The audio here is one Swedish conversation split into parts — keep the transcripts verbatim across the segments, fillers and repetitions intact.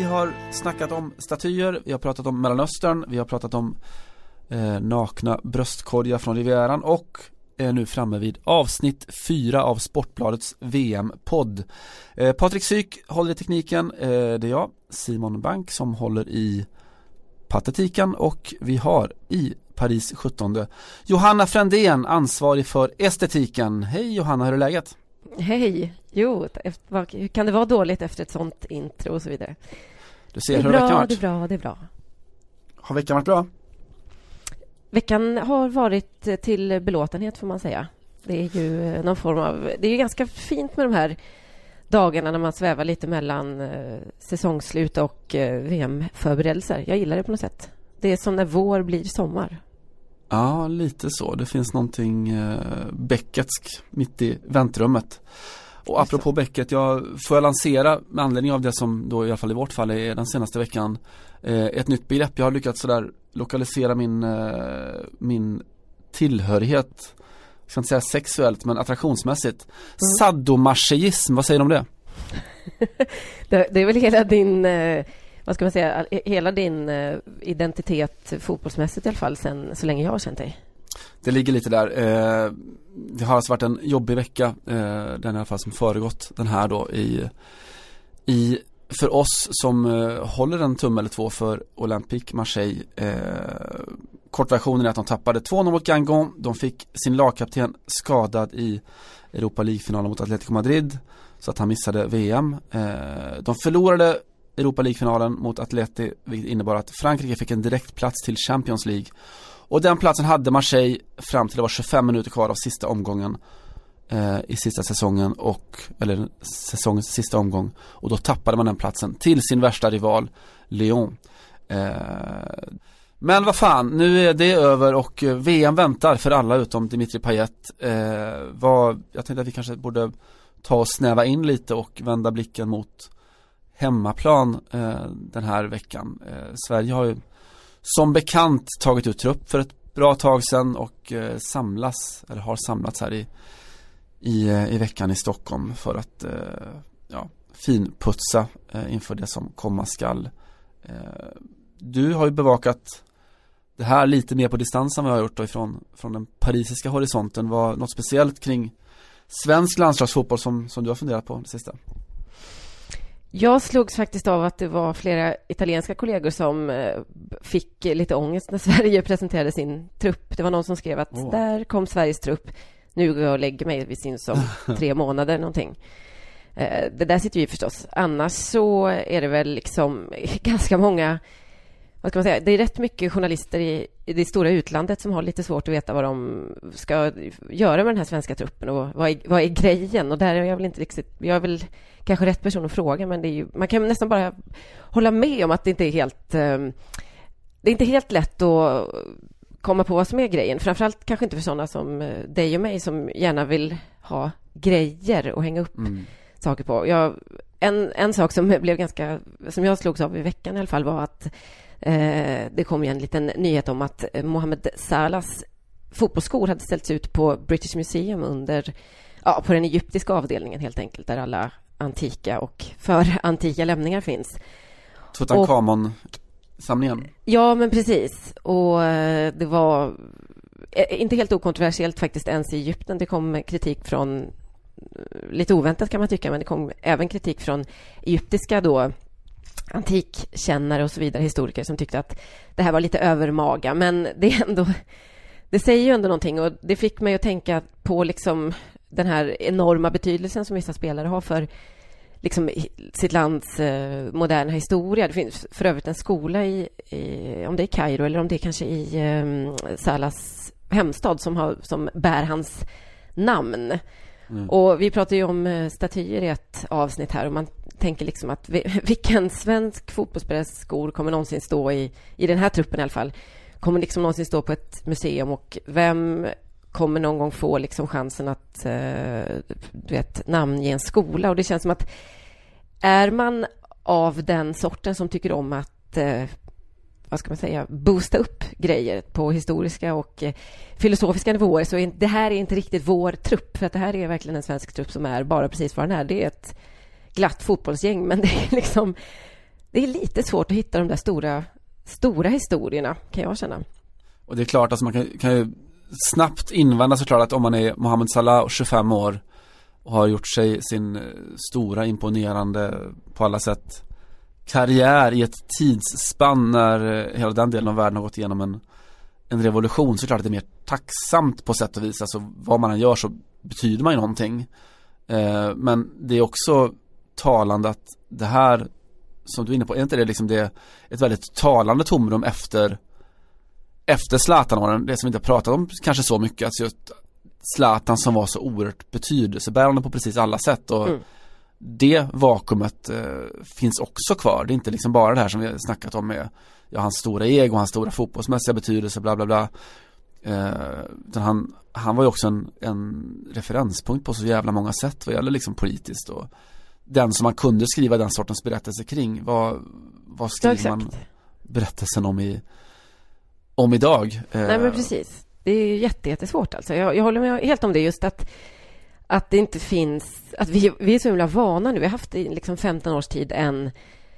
har snackat om statyer, vi har pratat om Mellanöstern, vi har pratat om eh, nakna bröstkorgar från Rivieran och är nu framme vid avsnitt fyra av Sportbladets V M-podd. Eh, Patrik Syk håller i tekniken, eh, det är jag, Simon Bank, som håller i patetiken, och vi har i Paris sjuttonde Johanna Frändén, ansvarig för estetiken. Hej Johanna, hur är läget? Hej, jo, efter, hur kan det vara dåligt efter ett sånt intro och så vidare? Du ser det är hur bra, veckan varit. det är bra, det är bra. Har veckan varit bra? Veckan har varit till belåtenhet, får man säga. Det är ju någon form av, det är ju ganska fint med de här dagarna när man svävar lite mellan eh, säsongsslut och eh, V M-förberedelser. Jag gillar det på något sätt. Det är som när vår blir sommar. Ja, lite så. Det finns någonting eh, Becketsk mitt i väntrummet. Och apropå Becket, jag får jag lansera med anledning av det som då i alla fall i vårt fall är den senaste veckan eh, ett nytt begrepp. Jag har lyckats sådär lokalisera min, eh, min tillhörighet, jag ska inte säga sexuellt, men attraktionsmässigt. Mm. Sadomasochism, vad säger du om det? det? Det är väl hela din, eh, vad ska man säga, hela din eh, identitet fotbollsmässigt i alla fall sen så länge jag har känt dig. Det ligger lite där. Eh, det har alltså varit en jobbig vecka, eh, den i alla fall som föregått den här då i, i för oss som eh, håller en tumme eller två för Olympique Marseille. Eh, kortversionen är att de tappade två noll mot Guingamp. De fick sin lagkapten skadad i Europa League-finalen mot Atletico Madrid, så att han missade V M. Eh, de förlorade Europa League-finalen mot Atleti, vilket innebar att Frankrike fick en direkt plats till Champions League. Och den platsen hade Marseille fram till det var tjugofem minuter kvar av sista omgången eh, i sista säsongen, och eller säsongens sista omgång, och då tappade man den platsen till sin värsta rival Lyon. Eh, men vad fan, nu är det över och V M väntar för alla utom Dimitri Payet. Eh, vad, jag tänkte att vi kanske borde ta och snäva in lite och vända blicken mot hemmaplan eh, den här veckan. Eh, Sverige har ju som bekant tagit ut trupp för ett bra tag sedan och eh, samlas, eller har samlats här i, i, i veckan i Stockholm för att eh, ja, finputsa eh, inför det som komma skall. Eh, du har ju bevakat det här lite mer på distans än vad jag har gjort då, ifrån, från den parisiska horisonten. Var något speciellt kring svensk landslagsfotboll som, som du har funderat på det sista? Jag slogs faktiskt av att det var flera italienska kollegor som fick lite ångest när Sverige presenterade sin trupp. Det var någon som skrev att oh. där kom Sveriges trupp. Nu går jag och lägger mig, vi syns om tre månader någonting. Det där sitter ju förstås. Annars så är det väl liksom ganska många, vad ska man säga, det är rätt mycket journalister i, i det stora utlandet som har lite svårt att veta vad de ska göra med den här svenska truppen och vad är, vad är grejen. Och där är jag väl inte riktigt, jag är väl kanske rätt person att fråga, men det är ju, man kan nästan bara hålla med om att det inte är helt eh, det är inte helt lätt att komma på vad som är grejen. Framförallt kanske inte för sådana som dig och mig som gärna vill ha grejer och hänga upp mm. saker på. Jag, en, en sak som blev ganska, som jag slogs av i veckan i alla fall, var att eh, det kom ju en liten nyhet om att Mohamed Salahs fotbollsskor hade ställts ut på British Museum under, ja, på den egyptiska avdelningen helt enkelt, där alla antika och för antika lämningar finns. Tutankhamon-samlingen. Ja, men precis. Och det var inte helt okontroversiellt faktiskt ens i Egypten. Det kom kritik från, lite oväntat kan man tycka, men det kom även kritik från egyptiska då antikkännare och så vidare, historiker, som tyckte att det här var lite övermaga. Men det är ändå, det säger ju ändå någonting, och det fick mig att tänka på liksom den här enorma betydelsen som vissa spelare har för liksom sitt lands eh, moderna historia. Det finns för övrigt en skola i, i om det är Kairo eller om det är kanske i eh, Salahs hemstad som, har, som bär hans namn. Mm. Och vi pratar ju om eh, statyer i ett avsnitt här, och man tänker liksom att vi, vilken svensk fotbollsspelares skor kommer någonsin stå i, i den här truppen i alla fall, kommer liksom någonsin stå på ett museum, och vem kommer någon gång få liksom chansen att eh, du vet, namnge en skola. Och det känns som att är man av den sorten som tycker om att eh, vad ska man säga, boosta upp grejer på historiska och eh, filosofiska nivåer, så är det här är inte riktigt vår trupp, för att det här är verkligen en svensk trupp som är bara precis vad den är. Det är ett glatt fotbollsgäng, men det är liksom det är lite svårt att hitta de där stora, stora historierna, kan jag känna. Och det är klart, alltså man kan, kan ju snabbt invända såklart att om man är Mohamed Salah och tjugofem år och har gjort sig sin stora, imponerande på alla sätt karriär i ett tidsspann när hela den delen av världen har gått igenom en, en revolution, så är det klart att det är mer tacksamt på sätt och vis. Alltså vad man än gör så betyder man ju någonting. Eh, men det är också talande att det här, som du är inne på, är inte det liksom det ett väldigt talande tomrum efter efter Zlatan-åren, det som vi inte har pratat om kanske så mycket, alltså just Zlatan som var så oerhört betydelsebärande på precis alla sätt, och mm. det vakuumet eh, finns också kvar. Det är inte liksom bara det här som vi har snackat om med ja, hans stora ego, hans stora fotbollsmässiga betydelse, bla bla bla. Eh, utan han, han var ju också en, en referenspunkt på så jävla många sätt vad gäller liksom politiskt, och den som man kunde skriva den sortens berättelse kring. Vad, vad skriver ja, man berättelsen om i om idag? Eh, Nej men precis. Det är jätte, jättesvårt alltså. Jag, jag håller med helt om det, just att att det inte finns, att vi, vi är så himla vana nu. Vi har haft i liksom femton års tid en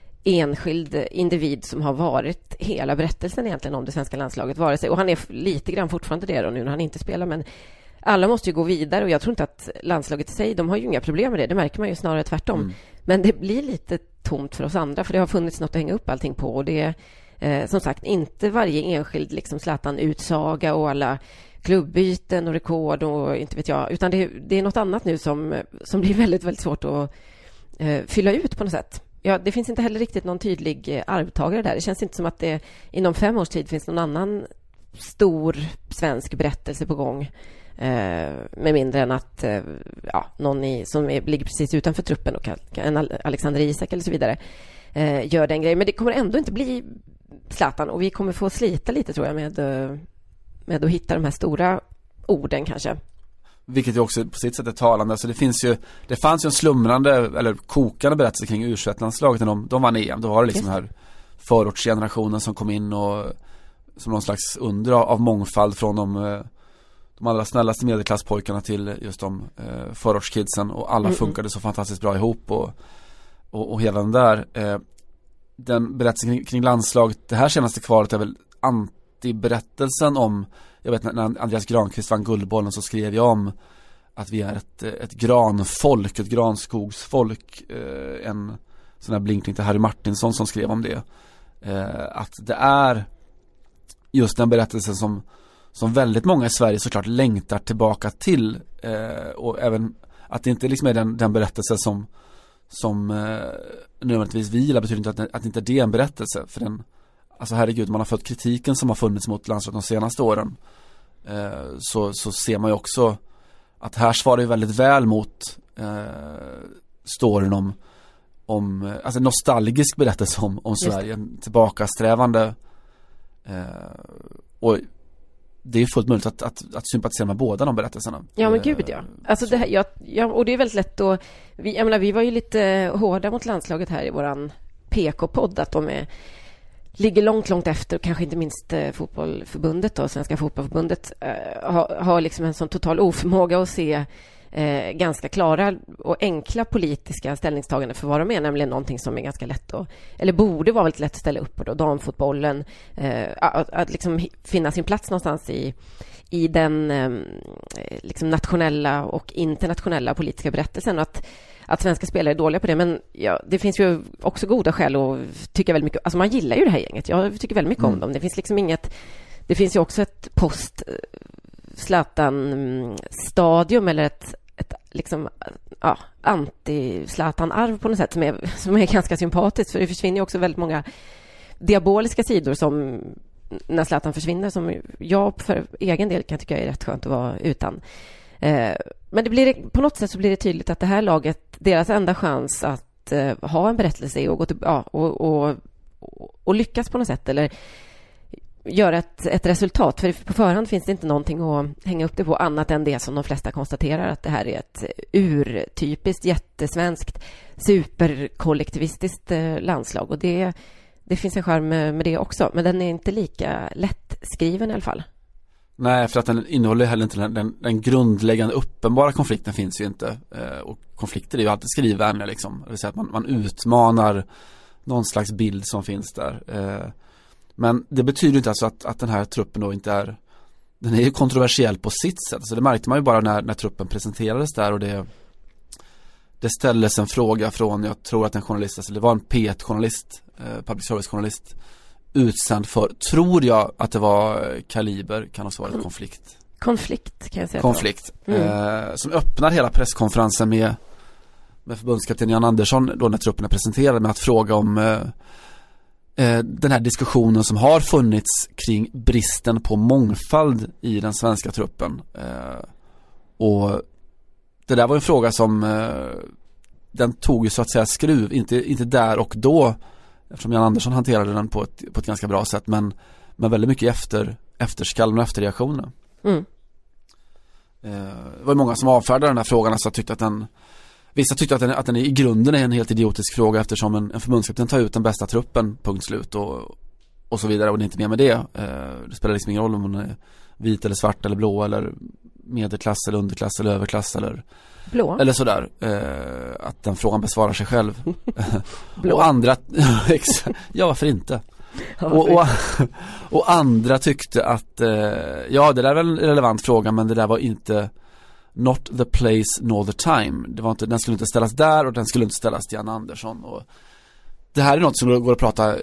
enskild individ som har varit hela berättelsen egentligen om det svenska landslaget, vare sig, och han är lite grann fortfarande det då nu när han inte spelar, men alla måste ju gå vidare, och jag tror inte att landslaget i sig, de har ju inga problem med det, det märker man ju snarare tvärtom. Mm. Men det blir lite tomt för oss andra, för det har funnits något att hänga upp allting på, och det är eh, som sagt inte varje enskild liksom Zlatan-utsaga och alla klubbyten och rekord och inte vet jag, utan det, det är något annat nu som, som blir väldigt, väldigt svårt att eh, fylla ut på något sätt. Ja, det finns inte heller riktigt någon tydlig eh, arvtagare där. Det känns inte som att det inom fem års tid finns någon annan stor svensk berättelse på gång, eh, med mindre än att eh, ja, någon i, som är, ligger precis utanför truppen, och en Alexander Isak eller så vidare, eh, gör den grejen. Men det kommer ändå inte bli Zlatan, och vi kommer få slita lite tror jag med eh, med att hitta de här stora orden kanske. Vilket ju också på sitt sätt är talande. Så det finns ju, det fanns ju en slumrande eller kokande berättelse kring U tjugoett-landslaget när de, de vann E M. Då var det liksom den här förortsgenerationen som kom in och som någon slags under av mångfald från de, de allra snällaste medelklasspojkarna till just de eh, förortskidsen, och alla mm-hmm. funkade så fantastiskt bra ihop, och, och, och hela den där eh, den berättelsen kring, kring landslaget, det här senaste kvalet är väl ant i berättelsen om, jag vet när Andreas Granqvist vann Guldbollen, så skrev jag om att vi är ett, ett granfolk, ett granskogsfolk, eh, en sån här blinkning till Harry Martinsson som skrev om det, eh, att det är just den berättelsen som, som väldigt många i Sverige såklart längtar tillbaka till, eh, och även att det inte liksom är den, den berättelse som som eh, nödvändigtvis vilar, betyder inte att, att inte det är en berättelse, för den, alltså herregud, man har fått kritiken som har funnits mot landslaget de senaste åren, eh, så, så ser man ju också att här svarar ju väldigt väl mot eh, storyn om, om alltså nostalgisk berättelse om, om Sverige, en tillbakasträvande, eh, och det är fullt möjligt att, att, att sympatisera med båda de berättelserna. Ja men gud ja. Alltså det här, ja, ja, och det är väldigt lätt att vi, jag menar, vi var ju lite hårda mot landslaget här i våran P K-podd, att de är ligger långt, långt efter, och kanske inte minst eh, fotbollförbundet och Svenska fotbollförbundet eh, har, har liksom en sån total oförmåga att se eh, ganska klara och enkla politiska ställningstaganden för vad de är, nämligen någonting som är ganska lätt att, eller borde vara väldigt lätt att ställa upp på då, damfotbollen, eh, att, att liksom finna sin plats någonstans i, i den eh, liksom nationella och internationella politiska berättelsen, och att att svenska spelare är dåliga på det, men ja, det finns ju också goda skäl att tycka väldigt mycket, alltså man gillar ju det här gänget, jag tycker väldigt mycket mm. om dem, det finns liksom inget, det finns ju också ett post Zlatan-stadium eller ett, ett liksom ja, anti-Zlatan-arv på något sätt som är, som är ganska sympatiskt, för det försvinner ju också väldigt många diaboliska sidor som när Zlatan försvinner, som jag för egen del kan tycka är rätt skönt att vara utan. Men det blir, på något sätt så blir det tydligt att det här laget, deras enda chans att uh, ha en berättelse och, gå till, ja, och, och, och lyckas på något sätt, eller göra ett, ett resultat. För på förhand finns det inte någonting att hänga upp det på annat än det som de flesta konstaterar, att det här är ett urtypiskt, jättesvenskt, superkollektivistiskt uh, landslag. Och det, det finns en charm med, med det också, men den är inte lika lättskriven i alla fall. Nej, för att den innehåller heller inte den, den, den grundläggande uppenbara konflikten finns ju inte, eh, och konflikter är ju alltid skrivvänliga liksom, det vill säga att man, man utmanar någon slags bild som finns där. Eh, men det betyder inte alltså att, att den här truppen då inte är, den är ju kontroversiell på sitt sätt. Så det märkte man ju bara när, när truppen presenterades där, och det det ställdes en fråga från, jag tror att en journalist, alltså det var en P ett-journalist, eh, public service-journalist, utsänd för, tror jag att det var Kaliber, kan ha varit konflikt. Konflikt kan jag säga. Konflikt. Mm. Eh, som öppnar hela presskonferensen med, med förbundskapten Jan Andersson då när truppen är presenterade, med att fråga om eh, eh, den här diskussionen som har funnits kring bristen på mångfald i den svenska truppen. Eh, och det där var en fråga som eh, den tog ju så att säga skruv, inte, inte där och då, eftersom Jan Andersson hanterade den på ett, på ett ganska bra sätt, men, men väldigt mycket efter, efterskallen och efterreaktioner. Mm. Eh, det var många som avfärdade den här frågan, alltså tyckte att den, vissa tyckte att den, att den i grunden är en helt idiotisk fråga, eftersom en, en förbundskapten tar ut den bästa truppen, punkt slut, och, och så vidare, och det är inte mer med det. Eh, det spelar liksom ingen roll om hon är vit eller svart eller blå eller medelklass eller underklass eller överklass eller blå. Eller sådär, eh, att den frågan besvarar sig själv. Och andra ja, varför inte? Ja, varför? Och, och, och andra tyckte att eh, ja, det där är väl en relevant fråga, men det där var inte not the place nor the time. Det var inte, den skulle inte ställas där, och den skulle inte ställas till Jan Andersson. Och det här är något som går att prata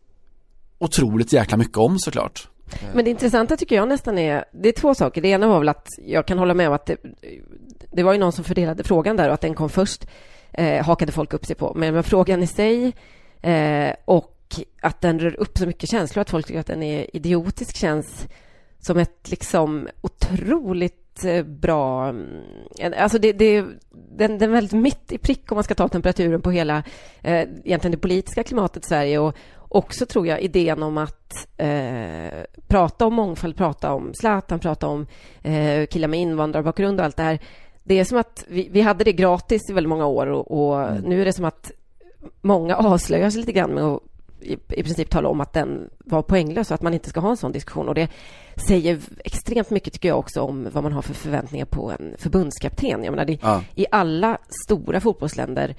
otroligt jäkla mycket om, såklart. Men det intressanta tycker jag nästan är, det är två saker. Det ena var väl att jag kan hålla med om att det, det var ju någon som fördelade frågan där, och att den kom först eh, hakade folk upp sig på. Men, men frågan i sig eh, och att den rör upp så mycket känslor, att folk tycker att den är idiotisk, känns som ett liksom otroligt eh, bra, alltså det, det, den, den är väldigt mitt i prick om man ska ta temperaturen på hela eh, egentligen det politiska klimatet i Sverige. Och också tror jag idén om att eh, prata om mångfald, prata om Zlatan, prata om eh, killar med invandrarbakgrund och allt det här. Det är som att vi, vi hade det gratis i väldigt många år, och, och mm. nu är det som att många avslöjar sig lite grann med att i, i princip tala om att den var poänglös och att man inte ska ha en sån diskussion. Och det säger extremt mycket, tycker jag, också om vad man har för förväntningar på en förbundskapten. Jag menar, det, ja. I alla stora fotbollsländer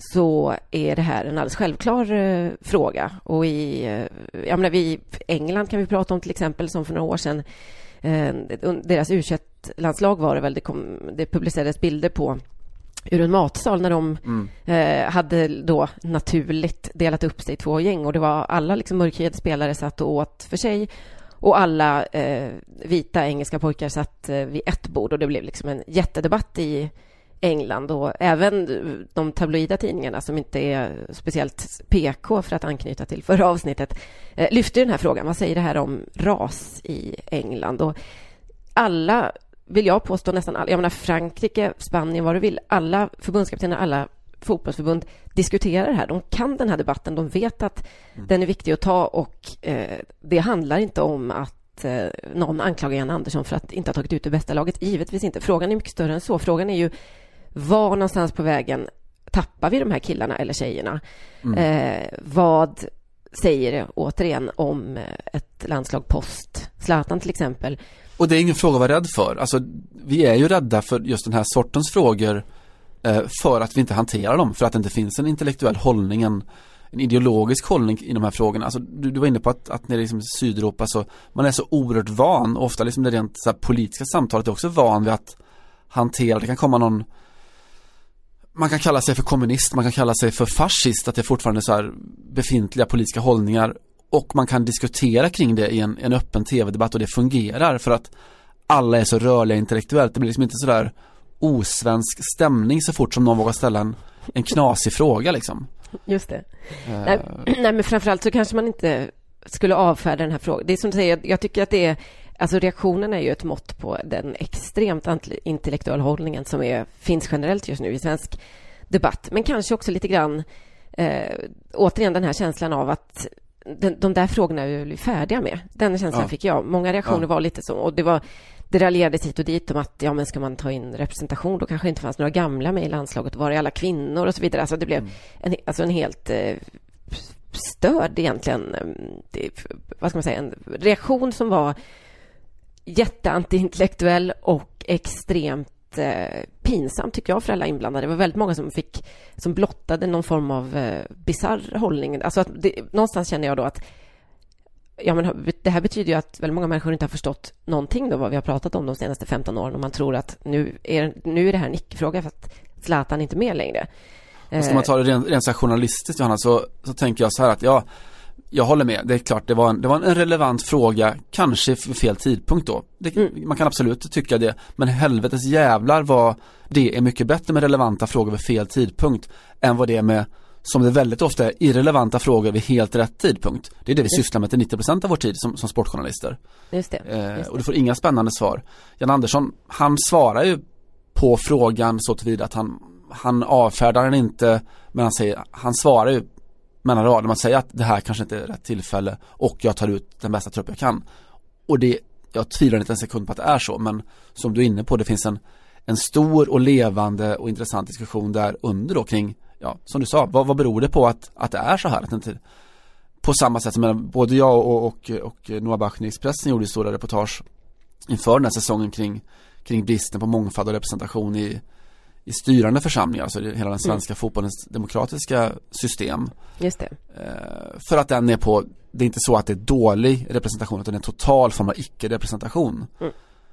så är det här en alldeles självklar eh, fråga. Och i, eh, jag menar, vi, i England kan vi prata om till exempel, som för några år sedan eh, deras U tjugoett-landslag var det väl, det, kom, det publicerades bilder på ur en matsal när de mm. eh, hade då naturligt delat upp sig i två gäng, och det var alla liksom mörkhyade spelare satt och åt för sig, och alla eh, vita engelska pojkar satt eh, vid ett bord, och det blev liksom en jättedebatt i England, och även de tabloida tidningarna som inte är speciellt P K, för att anknyta till förra avsnittet, eh, lyfter den här frågan. Vad säger det här om ras i England? Och alla, vill jag påstå, nästan alla, jag menar Frankrike, Spanien, vad du vill, alla förbundskaptener, alla fotbollsförbund diskuterar det här. De kan den här debatten, de vet att mm. den är viktig att ta, och eh, det handlar inte om att eh, någon anklagar Jan Andersson för att inte ha tagit ut det bästa laget. Givetvis inte. Frågan är mycket större än så. Frågan är ju, var någonstans på vägen tappar vi de här killarna eller tjejerna? Mm. Eh, vad säger det återigen om ett landslag post Zlatan till exempel? Och det är ingen fråga att vara rädd för. Alltså, vi är ju rädda för just den här sortens frågor eh, för att vi inte hanterar dem, för att det inte finns en intellektuell hållning, en, en ideologisk hållning i de här frågorna. Alltså, du, du var inne på att, att nere i liksom Sydeuropa så man är så oerhört van, och ofta liksom det rent så här, politiska samtalet är också van vid att hantera, det kan komma någon, man kan kalla sig för kommunist, man kan kalla sig för fascist, att det är fortfarande så här befintliga politiska hållningar, och man kan diskutera kring det i en, en öppen tv-debatt, och det fungerar för att alla är så rörliga intellektuellt. Det blir liksom inte så där osvensk stämning så fort som någon vågar ställa en, en knasig fråga liksom. Just det. Uh... Nej, nej, men framförallt så kanske man inte skulle avfärda den här frågan. Det är som du säger, jag tycker att det är, alltså reaktionen är ju ett mått på den extremt intellektuella hållningen som är, finns generellt just nu i svensk debatt. Men kanske också lite grann eh, återigen den här känslan av att den, de där frågorna är vi färdiga med. Den känslan ja. fick jag. Många reaktioner ja. var lite så, och det var det raljerades hit och dit om att ja, men ska man ta in representation, då kanske det inte fanns några gamla med i landslaget, var det alla kvinnor och så vidare. Alltså det blev mm. en, alltså en helt eh, störd egentligen, det, vad ska man säga, en reaktion som var jätteantiintellektuell och extremt väldigt eh, pinsamt tycker jag för alla inblandade. Det var väldigt många som fick som blottade någon form av eh, bizarr hållning. Alltså att det, någonstans känner jag då att ja, men det här betyder ju att väldigt många människor inte har förstått någonting då vad vi har pratat om de senaste femton åren, och man tror att nu är, nu är det här en icke-fråga för att Zlatan inte är med längre. Och ska man ta det rent, rent så här journalistiskt, Johanna, så, så tänker jag så här att ja, jag håller med. Det är klart, det var en, det var en relevant fråga, kanske för fel tidpunkt då. Det, mm. Man kan absolut tycka det. Men helvetes jävlar vad det är mycket bättre med relevanta frågor vid fel tidpunkt än vad det är med, som det väldigt ofta är, irrelevanta frågor vid helt rätt tidpunkt. Det är det vi Just. sysslar med till nittio procent av vår tid som, som sportjournalister. Just det. Just det. Eh, och du får inga spännande svar. Jan Andersson, han svarar ju på frågan så tillvida att han, han avfärdar den inte, men han, säger, han svarar ju mellan rader. Man säger att det här kanske inte är rätt tillfälle och jag tar ut den bästa trupp jag kan. Och det, jag tvivlar inte en sekund på att det är så, men som du är inne på, det finns en, en stor och levande och intressant diskussion där under då kring, ja, som du sa, vad, vad beror det på att, att det är så här? Att inte, på samma sätt som både jag och, och, och Noah Bachner i Expressen gjorde stora reportage inför den här säsongen kring, kring bristen på mångfald och representation i i styrande församlingar, alltså hela den svenska mm. fotbollens demokratiska system. Just det. Eh, för att den är på, det är inte så att det är dålig representation, utan det är en total form av icke-representation. Mm.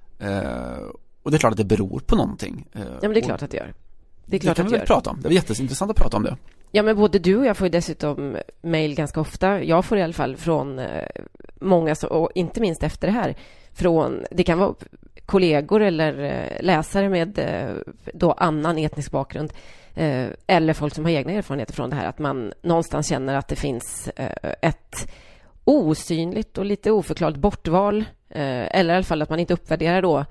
Eh, och det är klart att det beror på någonting. Eh, ja, men det är klart att det gör. Det är klart det kan att vi gör. prata om. Det är jätteintressant att prata om det. Ja, men både du och jag får ju dessutom mejl ganska ofta. Jag får i alla fall från eh, många, så, och inte minst efter det här, från, det kan vara kollegor eller läsare med då annan etnisk bakgrund eller folk som har egna erfarenheter från det här, att man någonstans känner att det finns ett osynligt och lite oförklarat bortval, eller i alla fall att man inte uppvärderar då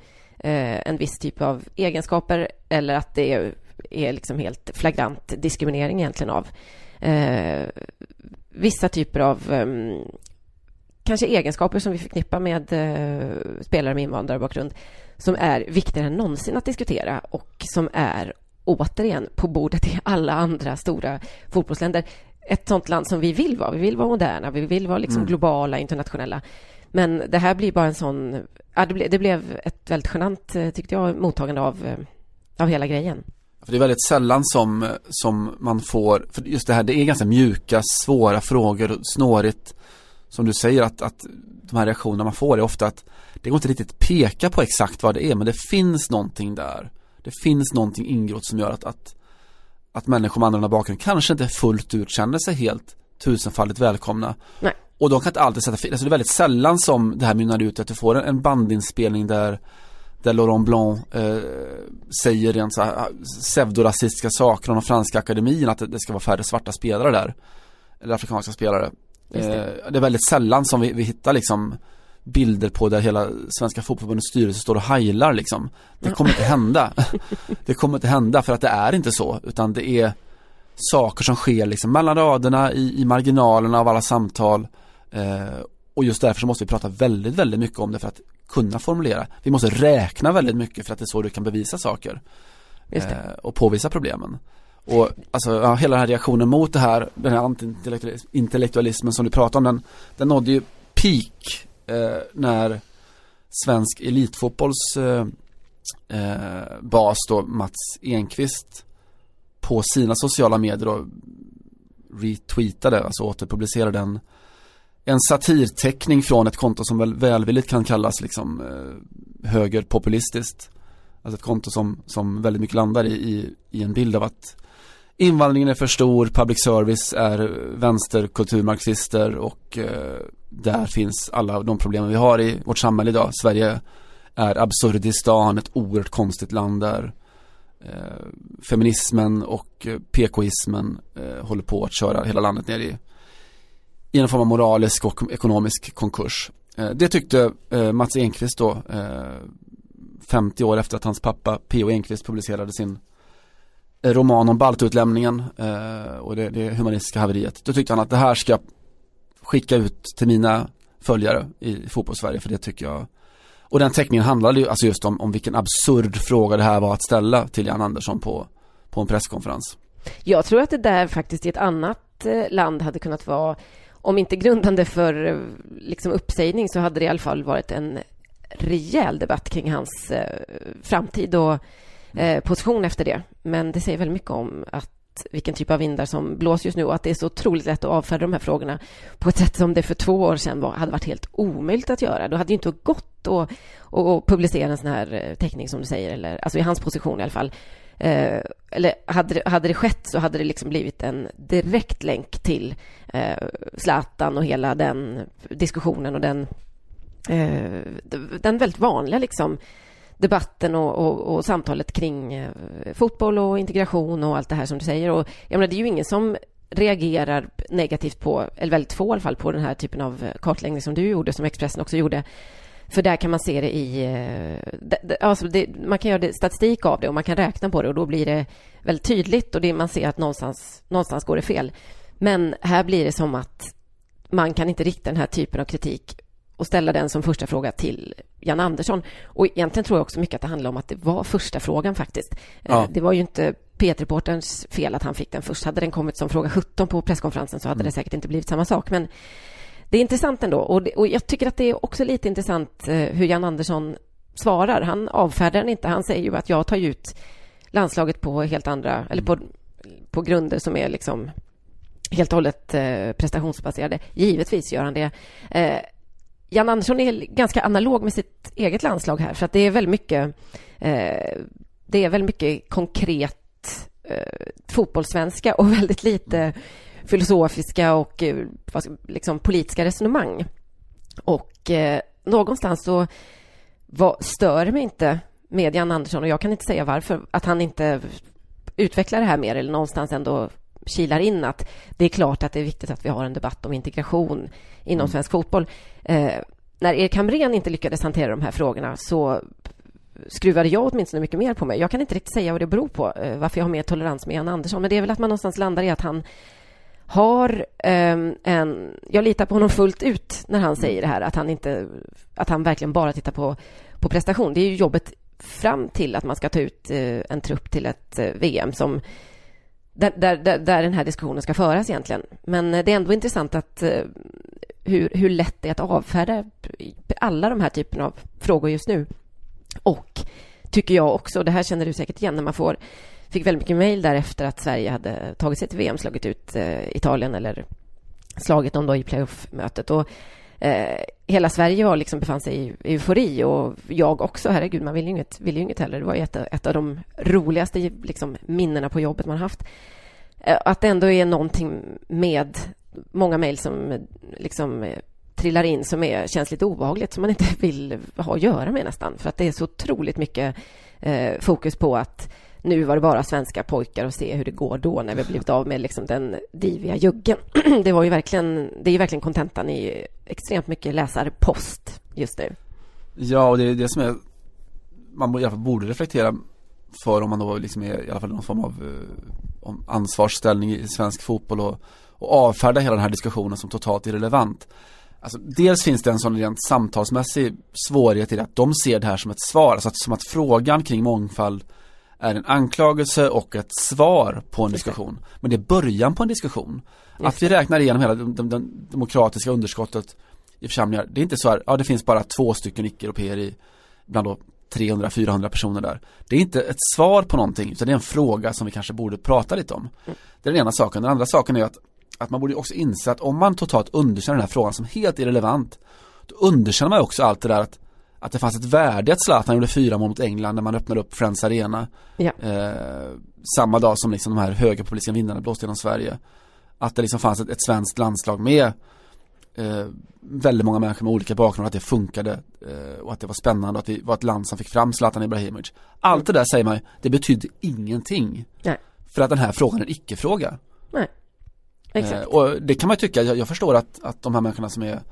en viss typ av egenskaper, eller att det är, är liksom helt flagrant diskriminering egentligen av vissa typer av kanske egenskaper som vi förknippar med eh, spelare med invandrarbakgrund, som är viktigare än någonsin att diskutera och som är återigen på bordet i alla andra stora fotbollsländer. Ett sånt land som vi vill vara. Vi vill vara moderna, vi vill vara liksom mm. globala, internationella. Men det här blir bara en sån... Ja, det, ble, det blev ett väldigt genant, tyckte jag, mottagande av, av hela grejen. För det är väldigt sällan som, som man får... För just det här, det är ganska mjuka, svåra frågor och snårigt. Som du säger, att, att de här reaktionerna man får är ofta att det går inte riktigt peka på exakt vad det är, men det finns någonting där. Det finns någonting ingrott som gör att, att, att människor med andra bakgrund kanske inte fullt ut känner sig helt tusenfaldigt välkomna. Nej. Och de kan inte alltid sätta fel. Alltså det är väldigt sällan som det här mynnar ut att du får en bandinspelning där, där Laurent Blanc eh, säger rent så här pseudorasistiska saker om den franska akademin, att det, det ska vara färre svarta spelare där. Eller afrikanska spelare. Det. det är väldigt sällan som vi, vi hittar liksom bilder på där hela Svenska fotbollsförbundets styrelse står och heilar liksom. Det kommer inte hända. Det kommer inte hända för att det är inte så, utan det är saker som sker liksom mellan raderna, i, i marginalerna av alla samtal, eh, och just därför så måste vi prata väldigt, väldigt mycket om det för att kunna formulera. Vi måste räkna väldigt mycket för att det är så du kan bevisa saker eh, och påvisa problemen. Och alltså, ja, hela den här reaktionen mot det här, den här anti-intellektualismen som du pratar om, den, den nådde ju peak eh, när svensk elitfotbolls eh, eh, bas då, Mats Enqvist, på sina sociala medier då retweetade, alltså återpublicerade en, en satirteckning från ett konto som väl välvilligt kan kallas liksom eh, högerpopulistiskt. Alltså ett konto som, som väldigt mycket landar i, i, i en bild av att invandringen är för stor, public service är vänsterkulturmarxister och eh, där finns alla de problem vi har i vårt samhälle idag. Sverige är absurdistan, ett oerhört konstigt land där eh, feminismen och eh, P K-ismen eh, håller på att köra hela landet ner i, i en form av moralisk och ekonomisk konkurs. Eh, det tyckte eh, Mats Enqvist då, eh, femtio år efter att hans pappa P O Enqvist publicerade sin roman om baltutlämningen eh, och det, det humanistiska haveriet. Då tyckte han att det här ska skicka ut till mina följare i fotbollssverige, för det tycker jag. Och den teckningen handlade ju alltså just om, om vilken absurd fråga det här var att ställa till Jan Andersson på, på en presskonferens. Jag tror att det där faktiskt i ett annat land hade kunnat vara, om inte grundande för liksom uppsägning, så hade det i alla fall varit en rejäl debatt kring hans eh, framtid och eh, position efter det. Men det säger väldigt mycket om att vilken typ av vindar som blåser just nu och att det är så otroligt lätt att avfärda de här frågorna på ett sätt som det för två år sedan var, hade varit helt omöjligt att göra. Då hade det inte gått att, att publicera en sån här teckning som du säger, eller, alltså i hans position i alla fall. Eh, eller hade det, hade det skett så hade det liksom blivit en direkt länk till eh, Zlatan och hela den diskussionen och den, eh, den väldigt vanliga liksom debatten och, och, och samtalet kring eh, fotboll och integration och allt det här som du säger. Och jag menar, det är ju ingen som reagerar negativt på, eller väldigt få i alla fall, på den här typen av kartläggning som du gjorde, som Expressen också gjorde. För där kan man se det i... Det, det, alltså det, man kan göra det, statistik av det och man kan räkna på det och då blir det väldigt tydligt och det, man ser att någonstans, någonstans går det fel. Men här blir det som att man kan inte rikta den här typen av kritik och ställa den som första fråga till Jan Andersson. Och egentligen tror jag också mycket att det handlar om att det var första frågan faktiskt. Ja. Det var ju inte P ett-reporterns fel att han fick den först. Hade den kommit som fråga sjutton på presskonferensen så hade mm. det säkert inte blivit samma sak. Men det är intressant ändå. Och, det, och jag tycker att det är också lite intressant eh, hur Jan Andersson svarar. Han avfärdar den inte. Han säger ju att jag tar ut landslaget på helt andra, mm. eller på, på grunder som är liksom helt och hållet eh, prestationsbaserade. Givetvis gör han det. Eh, Jan Andersson är ganska analog med sitt eget landslag här, för att det är väldigt mycket eh, det är väldigt mycket konkret eh, fotbollssvenska och väldigt lite filosofiska och eh, liksom politiska resonemang. Och eh, någonstans så var, stör mig inte med Jan Andersson, och jag kan inte säga varför, att han inte utvecklar det här mer, eller någonstans ändå kilar in att det är klart att det är viktigt att vi har en debatt om integration inom mm. svensk fotboll. Eh, när Erik Hamrén inte lyckades hantera de här frågorna så skruvade jag åtminstone mycket mer på mig. Jag kan inte riktigt säga vad det beror på, eh, varför jag har mer tolerans med Jan Andersson, men det är väl att man någonstans landar i att han har eh, en... Jag litar på honom fullt ut när han säger det här, att han inte att han verkligen bara tittar på, på prestation. Det är ju jobbet fram till att man ska ta ut eh, en trupp till ett eh, V M som Där, där, där den här diskussionen ska föras egentligen. Men det är ändå intressant att uh, hur, hur lätt det är att avfärda alla de här typerna av frågor just nu. Och tycker jag också, det här känner du säkert igen, när man får fick väldigt mycket mejl där efter att Sverige hade tagit sig till V M, slagit ut uh, Italien eller slagit dem då i playoff-mötet. Och uh, hela Sverige var liksom befann sig i eufori, och jag också, herregud, man vill ju inget, vill ju inget heller. Det var ju ett, ett av de roligaste liksom, minnena på jobbet man haft. Att det ändå är någonting med många mejl som liksom trillar in som är, känns lite obehagligt, som man inte vill ha att göra med nästan. För att det är så otroligt mycket eh, fokus på att nu var det bara svenska pojkar och se hur det går då när vi blivit av med liksom den diviga juggen. Det var ju verkligen, det är ju verkligen kontentan i extremt mycket läsarpost just nu. Ja, och det är det som är, man i alla fall borde reflektera för, om man då liksom är i alla fall någon form av om ansvarsställning i svensk fotboll, och, och avfärda hela den här diskussionen som totalt irrelevant. Alltså, dels finns det en sån rent samtalsmässig svårighet i att de ser det här som ett svar, alltså att, som att frågan kring mångfald är en anklagelse och ett svar på en diskussion. Men det är början på en diskussion. Att vi räknar igenom hela det de, de demokratiska underskottet i församlingar. Det är inte så här, ja, det finns bara två stycken icke-europeer i bland då trehundra till fyrahundra personer där. Det är inte ett svar på någonting, utan det är en fråga som vi kanske borde prata lite om. Mm. Det är den ena saken. Den andra saken är att, att man borde också inse att om man totalt underkänner den här frågan som helt irrelevant, då underkänner man också allt det där att Att det fanns ett värde att Zlatan gjorde fyra mål mot England när man öppnade upp Friends Arena. Ja. Eh, samma dag som liksom de här höga publika vinnarna blåste genom Sverige. Att det liksom fanns ett, ett svenskt landslag med eh, väldigt många människor med olika bakgrund, att det funkade eh, och att det var spännande, att det var ett land som fick fram Zlatan Ibrahimovic. Allt det där, säger man, det betyder ingenting. Nej. För att den här frågan är en icke-fråga. Nej. Exakt. Eh, och det kan man ju tycka, jag, jag förstår att, att de här människorna som är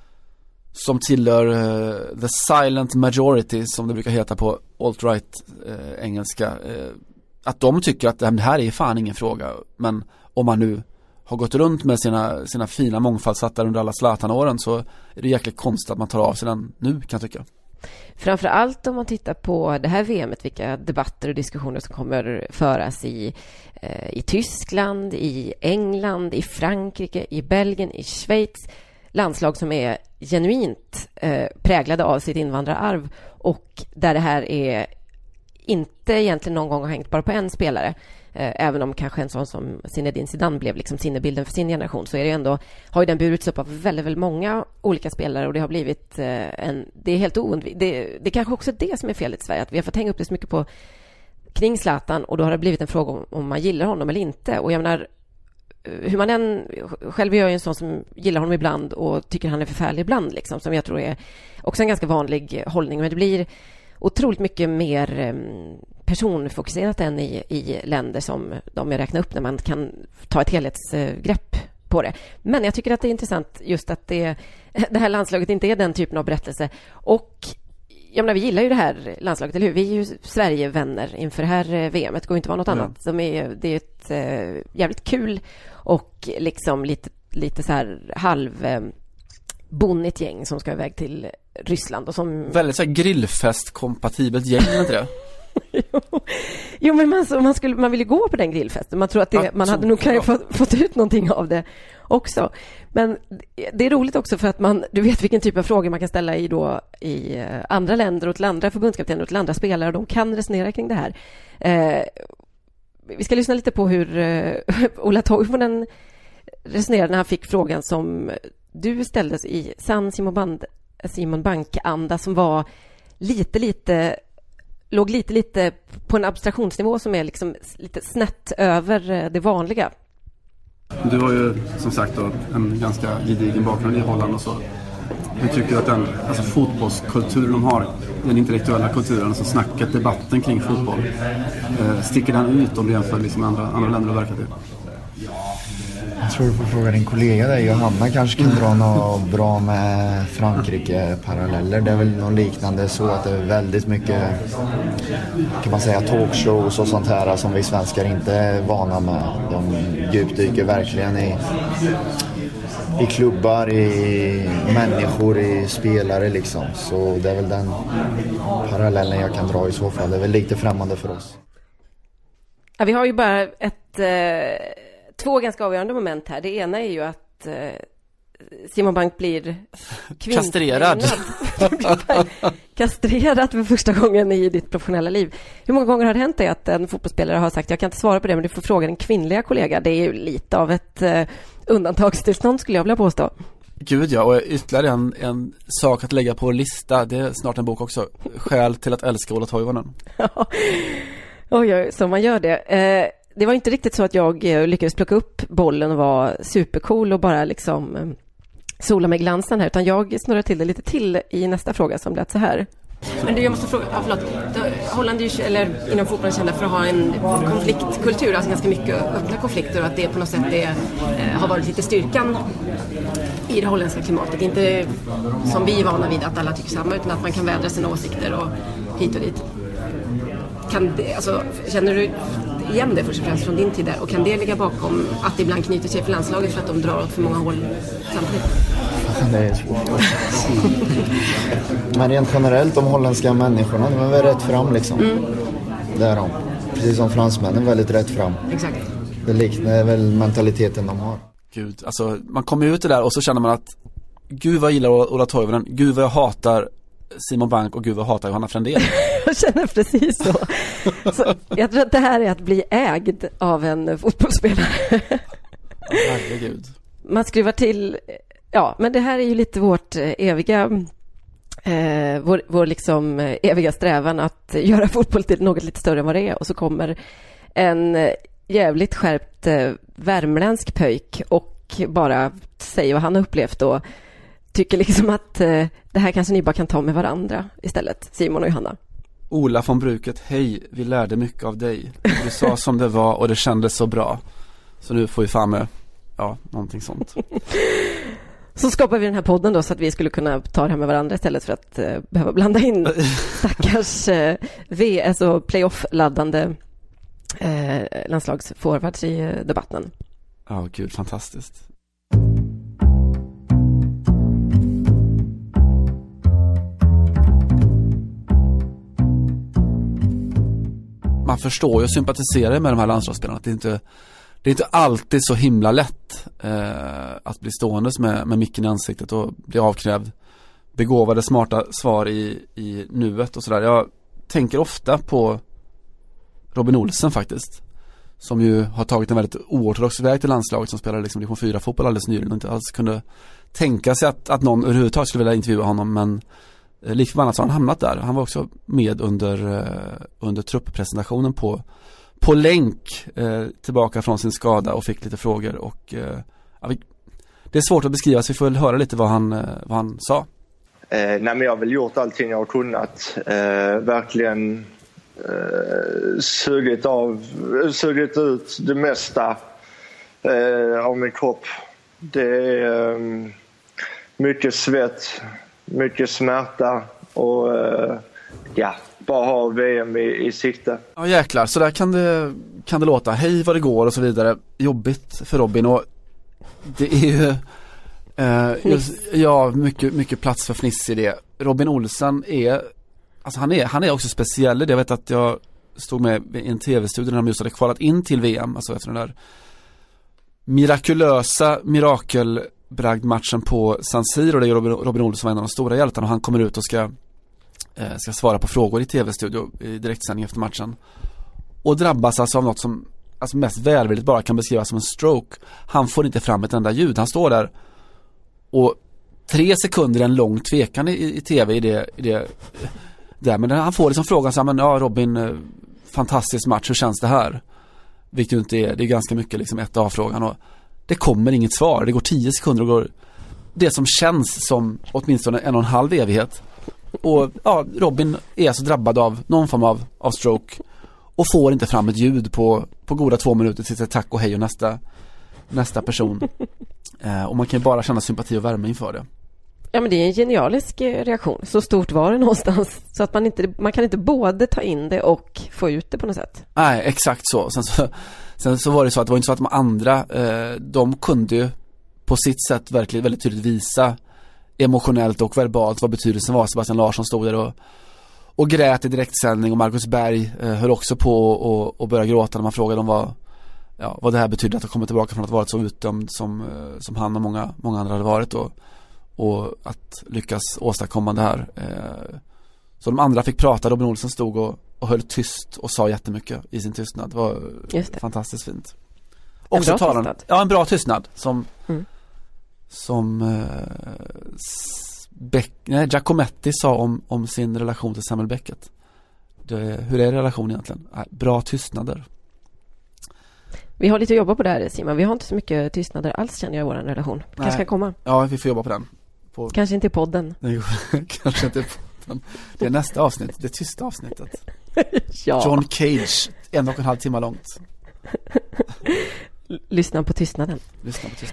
som tillhör uh, the silent majority, som det brukar heta på alt-right uh, engelska, uh, att de tycker att det här är fan ingen fråga. Men om man nu har gått runt med sina, sina fina mångfaldshattar under alla Zlatan-åren, så är det jäkligt konstigt att man tar av sig den nu, kan jag tycka. Framförallt om man tittar på det här V M:et, vilka debatter och diskussioner som kommer föras i, eh, i Tyskland, i England, i Frankrike, i Belgien, i Schweiz. Landslag som är genuint eh, präglade av sitt invandrararv, och där det här är inte egentligen någon gång har hängt bara på en spelare. Även om kanske en sån som Zinedine Zidane blev liksom sinnebilden för sin generation, så är det ändå, har ju den burits upp av väldigt, väldigt många olika spelare, och det har blivit en, det är helt oundvikligt. Det, det är kanske också det som är felet i Sverige, att vi har fått hänga upp det så mycket på kring Zlatan, och då har det blivit en fråga om, om man gillar honom eller inte. Och jag menar, hur man än, själv är jag en sån som gillar honom ibland och tycker han är förfärlig ibland liksom, som jag tror är också en ganska vanlig hållning, men det blir otroligt mycket mer personfokuserat än i, i länder som de jag räknar upp, när man kan ta ett helhetsgrepp på det. Men jag tycker att det är intressant just att det, det här landslaget inte är den typen av berättelse. Och jag menar, vi gillar ju det här landslaget, eller hur? Vi är ju Sverigevänner inför det här V M:et. Det går inte att vara något mm. annat. De är, det är ett äh, jävligt kul och liksom lite, lite så här halv äh, bonnigt gäng som ska iväg till Ryssland. Och som... Väldigt så här grillfest-kompatibelt gäng, inte det? jo. jo, men man, så, man, skulle, man ville gå på den grillfesten. Man tror att det, ja, man hade nog kan ju fått, fått ut någonting av det också. Men det är roligt också för att man, du vet vilken typ av frågor man kan ställa i, då, i andra länder och till andra förbundskaptener och till andra spelare, och de kan resonera kring det här. Eh, vi ska lyssna lite på hur eh, Ola Toivonen resonerade när han fick frågan som du ställdes i sann Simon, Band, Simon Bank-anda, som var lite, lite låg lite, lite på en abstraktionsnivå som är liksom lite snett över det vanliga. Du har ju som sagt då en ganska gedigen bakgrund i Holland och så. Hur tycker du att den alltså fotbollskulturen de har, den intellektuella kulturen, alltså snacket, debatten kring fotboll, eh, sticker den ut om du jämför liksom andra, andra länder och verkar till? Jag tror du får fråga din kollega där. Johanna kanske kan dra något bra med Frankrike-paralleller. Det är väl något liknande så att det är väldigt mycket, kan man säga, talkshows och sånt här som vi svenskar inte är vana med. De djupdyker verkligen i, i klubbar, i människor, i spelare liksom. Så det är väl den parallellen jag kan dra i så fall. Det är väl lite främmande för oss. Ja, vi har ju bara ett... Eh... Två ganska avgörande moment här. Det ena är ju att eh, Simon Bank blir kastrerad. kastrerad för första gången i ditt professionella liv. Hur många gånger har det hänt dig att en fotbollsspelare har sagt jag kan inte svara på det, men du får fråga din kvinnliga kollega? Det är ju lite av ett eh, undantagstillstånd, skulle jag vilja påstå. Gud ja, och ytterligare en, en sak att lägga på vår lista. Det är snart en bok också. Skäl till att älska Ola Toivonen. Oj, oj, så man gör det. Eh, Det var inte riktigt så att jag lyckades plocka upp bollen och var supercool och bara liksom sola med glansen här, utan jag snurrar till det lite till i nästa fråga som lät så här. Men du, jag måste fråga, ja, förlåt. Holland är ju, eller inom fotbollen kända för att ha en konfliktkultur, alltså ganska mycket öppna konflikter, och att det på något sätt det, eh, har varit lite styrkan i det holländska klimatet. Inte som vi är vana vid att alla tycker samma, utan att man kan vädra sina åsikter och hit och dit. Kan det, alltså, känner du igen det först och främst från din tid där, och kan det ligga bakom att det ibland knyter sig för landslaget för att de drar åt för många håll samtidigt? Det är svårt. Men rent generellt, de holländska människorna, de är väl rätt fram liksom. Mm. Det är de. Precis som fransmännen, väldigt rätt fram. Exakt. Det liknar väl mentaliteten de har. Gud, alltså man kommer ut det där och så känner man att gud vad jag gillar Ola Toivonen, gud vad jag hatar Simon Bank och gud vad hatar Johanna Frändén. Jag känner precis så. så. Jag tror att det här är att bli ägd av en fotbollsspelare. Herregud. Man skruvar till, ja, men det här är ju lite vårt eviga eh, vår, vår liksom eviga strävan att göra fotboll till något lite större än vad det är, och så kommer en jävligt skärpt eh, värmländsk pöjk och bara säger vad han har upplevt och tycker liksom att eh, det här kanske ni bara kan ta med varandra istället, Simon och Johanna. Ola från bruket, hej, vi lärde mycket av dig. Du sa som det var och det kändes så bra. Så nu får vi fan med, ja, någonting sånt. Så skapar vi den här podden då så att vi skulle kunna ta det här med varandra istället för att eh, behöva blanda in stackars eh, V S och playoff-laddande eh, landslagsforwards i eh, debatten. Ja, gud, fantastiskt. Man förstår ju och sympatiserar med de här landslagsspelarna. Det är inte, det är inte alltid så himla lätt eh, att bli ståendes med, med micken i ansiktet och bli avkrävd begåvade, smarta svar i, i nuet och sådär. Jag tänker ofta på Robin Olsen faktiskt, som ju har tagit en väldigt oortodox väg till landslaget, som spelar liksom division fyra fotboll alldeles nyligen och inte alls kunde tänka sig att, att någon överhuvudtaget skulle vilja intervjua honom, men eh, likt förbannat så har han hamnat där. Han var också med under, eh, under trupppresentationen på, på länk eh, tillbaka från sin skada och fick lite frågor och eh, ja, vi, det är svårt att beskriva, så vi får väl höra lite vad han, eh, vad han sa. Eh, nej, men jag har väl gjort allting jag har kunnat. Eh, verkligen eh, sugit, av, sugit ut det mesta eh, av min kropp. Det är eh, mycket svett, mycket smärta och eh, ja, bara ha V M i, i sikte. Ja jäklar, så där kan det, kan det låta. Hej vad det går och så vidare. Jobbigt för Robin, och det är ju eh, just, ja, mycket, mycket plats för fniss i det. Robin Olsen är, alltså han är, han är också speciell. Jag vet att jag stod med i en tv-studio när de just hade kvalat in till V M, alltså efter den där mirakulösa mirakelbragdmatchen på San Siro, där Robin, Robin Olsen var en av de stora hjältarna, och han kommer ut och ska eh, ska svara på frågor i tv-studio i direktsändning efter matchen och drabbas alltså av något som alltså mest välvilligt bara kan beskrivas som en stroke. Han får inte fram ett enda ljud. Han står där och tre sekunder en lång tvekan i, i tv i det, i det där, men han får liksom frågan så här, men ja Robin, fantastisk match, hur känns det här? Vilket ju inte är, det är ganska mycket liksom ett A-frågan, och det kommer inget svar. Det går tio sekunder och går det som känns som åtminstone en och en halv evighet. Och ja, Robin är alltså drabbad av någon form av, av stroke och får inte fram ett ljud på, på goda två minuter till tack och hej och nästa, nästa person. eh, och man kan ju bara känna sympati och värme inför det. Ja, men det är en genialisk reaktion. Så stort var det någonstans. Så att man, inte, man kan inte både ta in det och få ut det på något sätt. Nej, exakt så. Sen så, sen så var det så att det var inte så att de andra, eh, de kunde ju på sitt sätt verkligen väldigt tydligt visa emotionellt och verbalt vad betydelsen var. Sebastian Larsson stod där och, och grät i direktsändning, och Marcus Berg eh, höll också på och, och började gråta när man frågade om vad, ja, vad det här betydde att ha kommit tillbaka från att ha varit så utdömd som, eh, som han och många, många andra hade varit, och, och att lyckas åstadkomma det här. Eh, så de andra fick prata. Robin Olsen stod och, och höll tyst och sa jättemycket i sin tystnad. Det var Just det. Fantastiskt fint. En bra talan, tystnad. Ja, en bra tystnad som mm. som eh, Beck, nej, Giacometti sa om, om sin relation till Samuel Beckett. Det, hur är relationen egentligen? Nej, bra tystnader. Vi har lite att jobba på det här, Simon. Vi har inte så mycket tystnader alls, känner jag, i vår relation. Kanske ska komma. Ja, vi får jobba på den. På... Kanske inte i podden. Nej, kanske inte i podden. Det är nästa avsnitt, det tysta avsnittet. Ja. John Cage, en och en halv timme långt. Lyssna på tystnaden. Lyssna på tystnaden.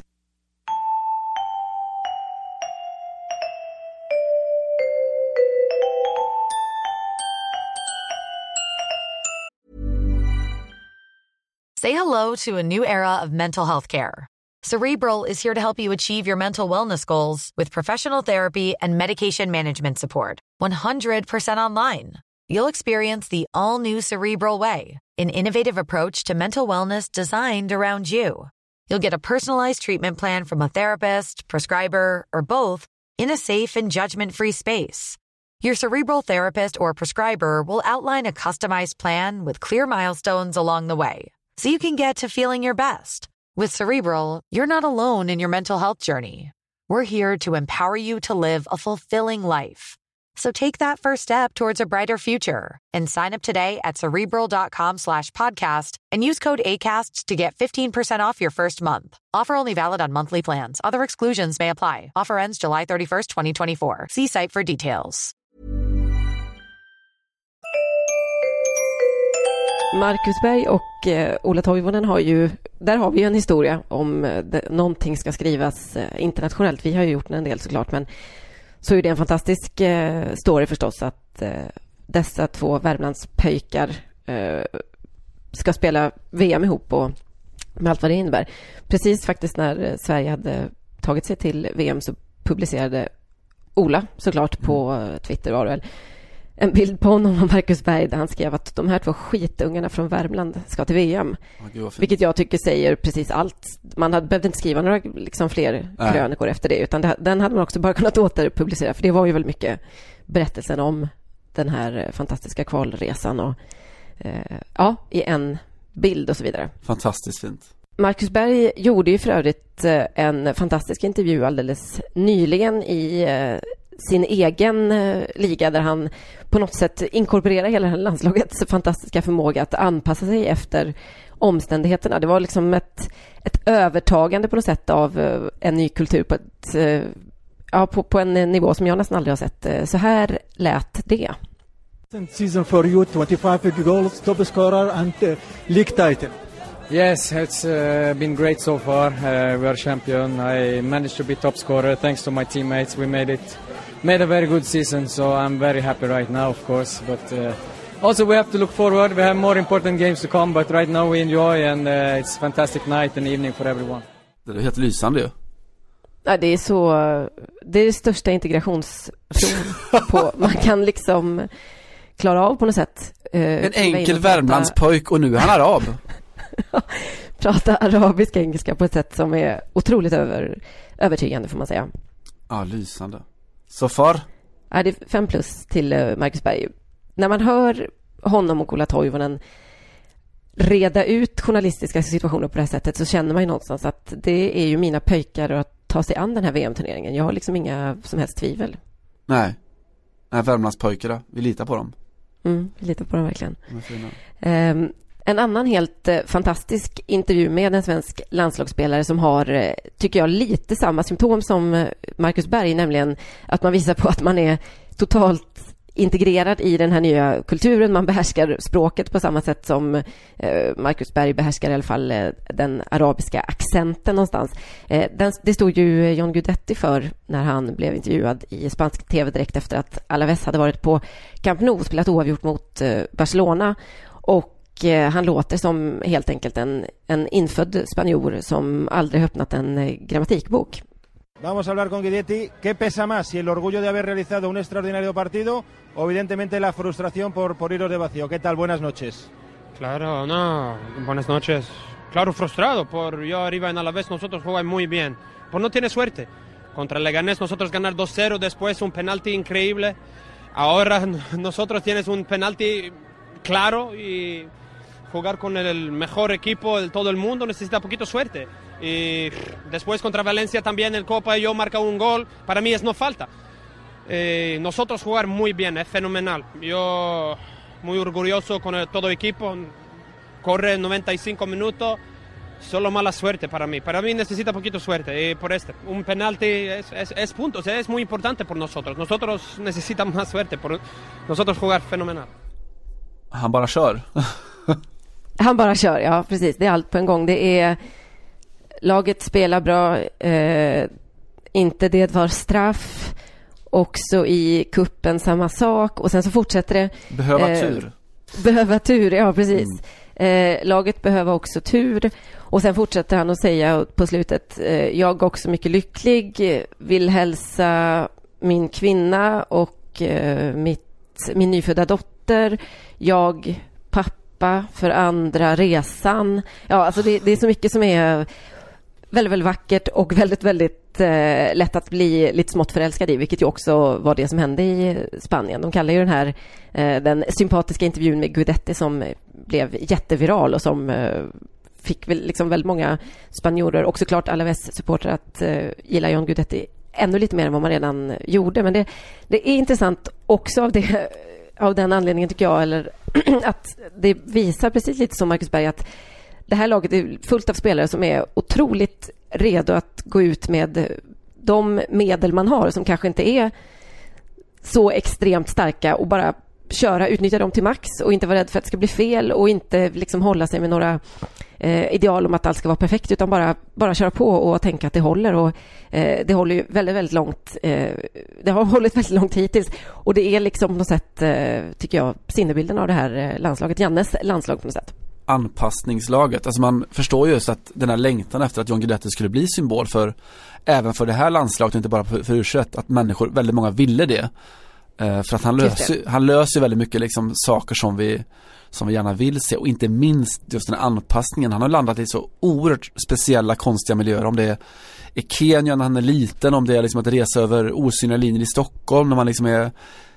Say hello to a new era of mental health care. Cerebral is here to help you achieve your mental wellness goals with professional therapy and medication management support. one hundred percent online. You'll experience the all-new Cerebral Way, an innovative approach to mental wellness designed around you. You'll get a personalized treatment plan from a therapist, prescriber, or both in a safe and judgment-free space. Your Cerebral therapist or prescriber will outline a customized plan with clear milestones along the way, so you can get to feeling your best. With Cerebral, you're not alone in your mental health journey. We're here to empower you to live a fulfilling life. So take that first step towards a brighter future and sign up today at Cerebral.com slash podcast and use code ACAST to get fifteen percent off your first month. Offer only valid on monthly plans. Other exclusions may apply. Offer ends July thirty-first, twenty twenty-four. See site for details. Marcus Berg och eh, Ola Toivonen har ju, där har vi ju en historia om eh, det, någonting ska skrivas eh, internationellt. Vi har ju gjort en del såklart, men så är det en fantastisk eh, story förstås att eh, dessa två Värmlandspöjkar eh, ska spela V M ihop och med allt vad det innebär. Precis faktiskt när Sverige hade tagit sig till V M så publicerade Ola såklart på mm. Twitter var det väl en bild på honom och Marcus Berg där han skrev att de här två skitungarna från Värmland ska till V M. Oh, vilket jag tycker säger precis allt. Man hade behövt inte skriva några liksom, fler Nej. krönikor efter det, utan det, den hade man också bara kunnat återpublicera, för det var ju väldigt mycket berättelsen om den här fantastiska kvalresan och eh, ja, i en bild och så vidare. Fantastiskt fint. Marcus Berg gjorde ju för övrigt en fantastisk intervju alldeles nyligen i eh, sin egen eh, liga där han på något sätt inkorporerar hela landslagets fantastiska förmåga att anpassa sig efter omständigheterna. Det var liksom ett, ett övertagande på något sätt av eh, en ny kultur på, ett, eh, ja, på, på en nivå som jag nästan aldrig har sett. Så här lät det. Season for you, twenty-five goals, top scorer and uh, league title. Yes, it's uh, been great so far. Uh, we are champion. I managed to be top scorer thanks to my teammates. We made it, made a very good season, so I'm very happy right now, of course. But uh, also we have to look forward. We have more important games to come, but right now we enjoy, and uh, it's a fantastic night and evening for everyone. Det är helt lysande ju. Ja, det är så, det är det största integrationsprov på man kan liksom klara av på något sätt. Uh, en enkel Värmlandspojk och nu är han arab. Prata arabisk engelska på ett sätt som är otroligt över, övertygande får man säga. Ja, lysande. Så far? Ja, det är fem plus till Marcus Berg. När man hör honom och Ola Toivonen reda ut journalistiska situationer på det här sättet så känner man ju någonstans att det är ju mina pöjkar att ta sig an den här V M-turneringen. Jag har liksom inga som helst tvivel. Nej, Nej Värmlandspojkarna, vi litar på dem. Mm, vi litar på dem verkligen. Um, En annan helt eh, fantastisk intervju med en svensk landslagsspelare som har, eh, tycker jag, lite samma symptom som eh, Marcus Berg, nämligen att man visar på att man är totalt integrerad i den här nya kulturen. Man behärskar språket på samma sätt som eh, Marcus Berg behärskar i alla fall eh, den arabiska accenten någonstans. Eh, den, det stod ju John Guidetti för när han blev intervjuad i spansk tv direkt efter att Alaves hade varit på Camp Nou och spelat oavgjort mot eh, Barcelona. Och han låter som helt enkelt en, en infödd spanjor som aldrig öppnat en grammatikbok. Vamos a hablar con Guidetti. ¿Qué pesa más? Si el orgullo de haber realizado un extraordinario partido o evidentemente la frustración por, por iros de vacío? ¿Qué tal? Buenas noches. Claro, no. Buenas noches. Claro, frustrado por yo arriba en Alavés. Nosotros jugamos muy bien. Por no tiene suerte. Contra Leganés nosotros ganar dos cero. Después un penalti increíble. Ahora nosotros tienes un penalti claro y jugar con el mejor equipo de todo el mundo necesita poquito suerte. Y después contra Valencia también el Copa yo marca un gol, para mí es no falta. Eh, nosotros jugar muy bien, es fenomenal. Yo muy orgulloso con el, todo el equipo, corre noventa y cinco minutos, solo mala suerte para mí. Para mí necesita poquito suerte y por este, un penalti es, es, es puntos, es muy importante por nosotros. Nosotros necesitamos más suerte, por nosotros jugar fenomenal. Han bara kör. Han bara kör, ja precis. Det är allt på en gång. Det är laget spelar bra, eh, inte det var straff. Också i kuppen samma sak. Och sen så fortsätter det. Behöva eh, tur. Behöva tur, ja precis. Mm. Eh, laget behöver också tur. Och sen fortsätter han att säga på slutet, eh, jag är också mycket lycklig. Vill hälsa min kvinna och eh, mitt, min nyfödda dotter. Jag, pappa för andra resan. Ja, alltså det, det är så mycket som är väldigt, väldigt vackert och väldigt, väldigt eh, lätt att bli lite smått förälskad i, vilket ju också var det som hände i Spanien. De kallar ju den här eh, den sympatiska intervjun med Guidetti som blev jätteviral och som eh, fick väl liksom väldigt många spanjorer och såklart Alaves-supportrar att eh, gilla John Guidetti ännu lite mer än vad man redan gjorde. Men det, det är intressant också av det av den anledningen tycker jag, eller att det visar precis lite som Marcus Berg att det här laget är fullt av spelare som är otroligt redo att gå ut med de medel man har som kanske inte är så extremt starka och bara köra, utnyttja dem till max och inte vara rädd för att det ska bli fel och inte liksom hålla sig med några eh, ideal om att allt ska vara perfekt utan bara, bara köra på och tänka att det håller och eh, det håller ju väldigt, väldigt långt eh, det har hållit väldigt långt hittills och det är liksom på något sätt eh, tycker jag sinnebilden av det här landslaget, Jannes landslag på något sätt. Anpassningslaget, alltså man förstår ju att den här längtan efter att John Guidetti skulle bli symbol för även för det här landslaget, inte bara för, för U tjugoett, att människor, väldigt många ville det. Uh, för att han löser, han löser väldigt mycket liksom saker som vi, som vi gärna vill se och inte minst just den här anpassningen. Han har landat i så oerhört speciella konstiga miljöer, om det är i Kenya när han är liten, om det är liksom att resa över osynliga linjer i Stockholm när man liksom är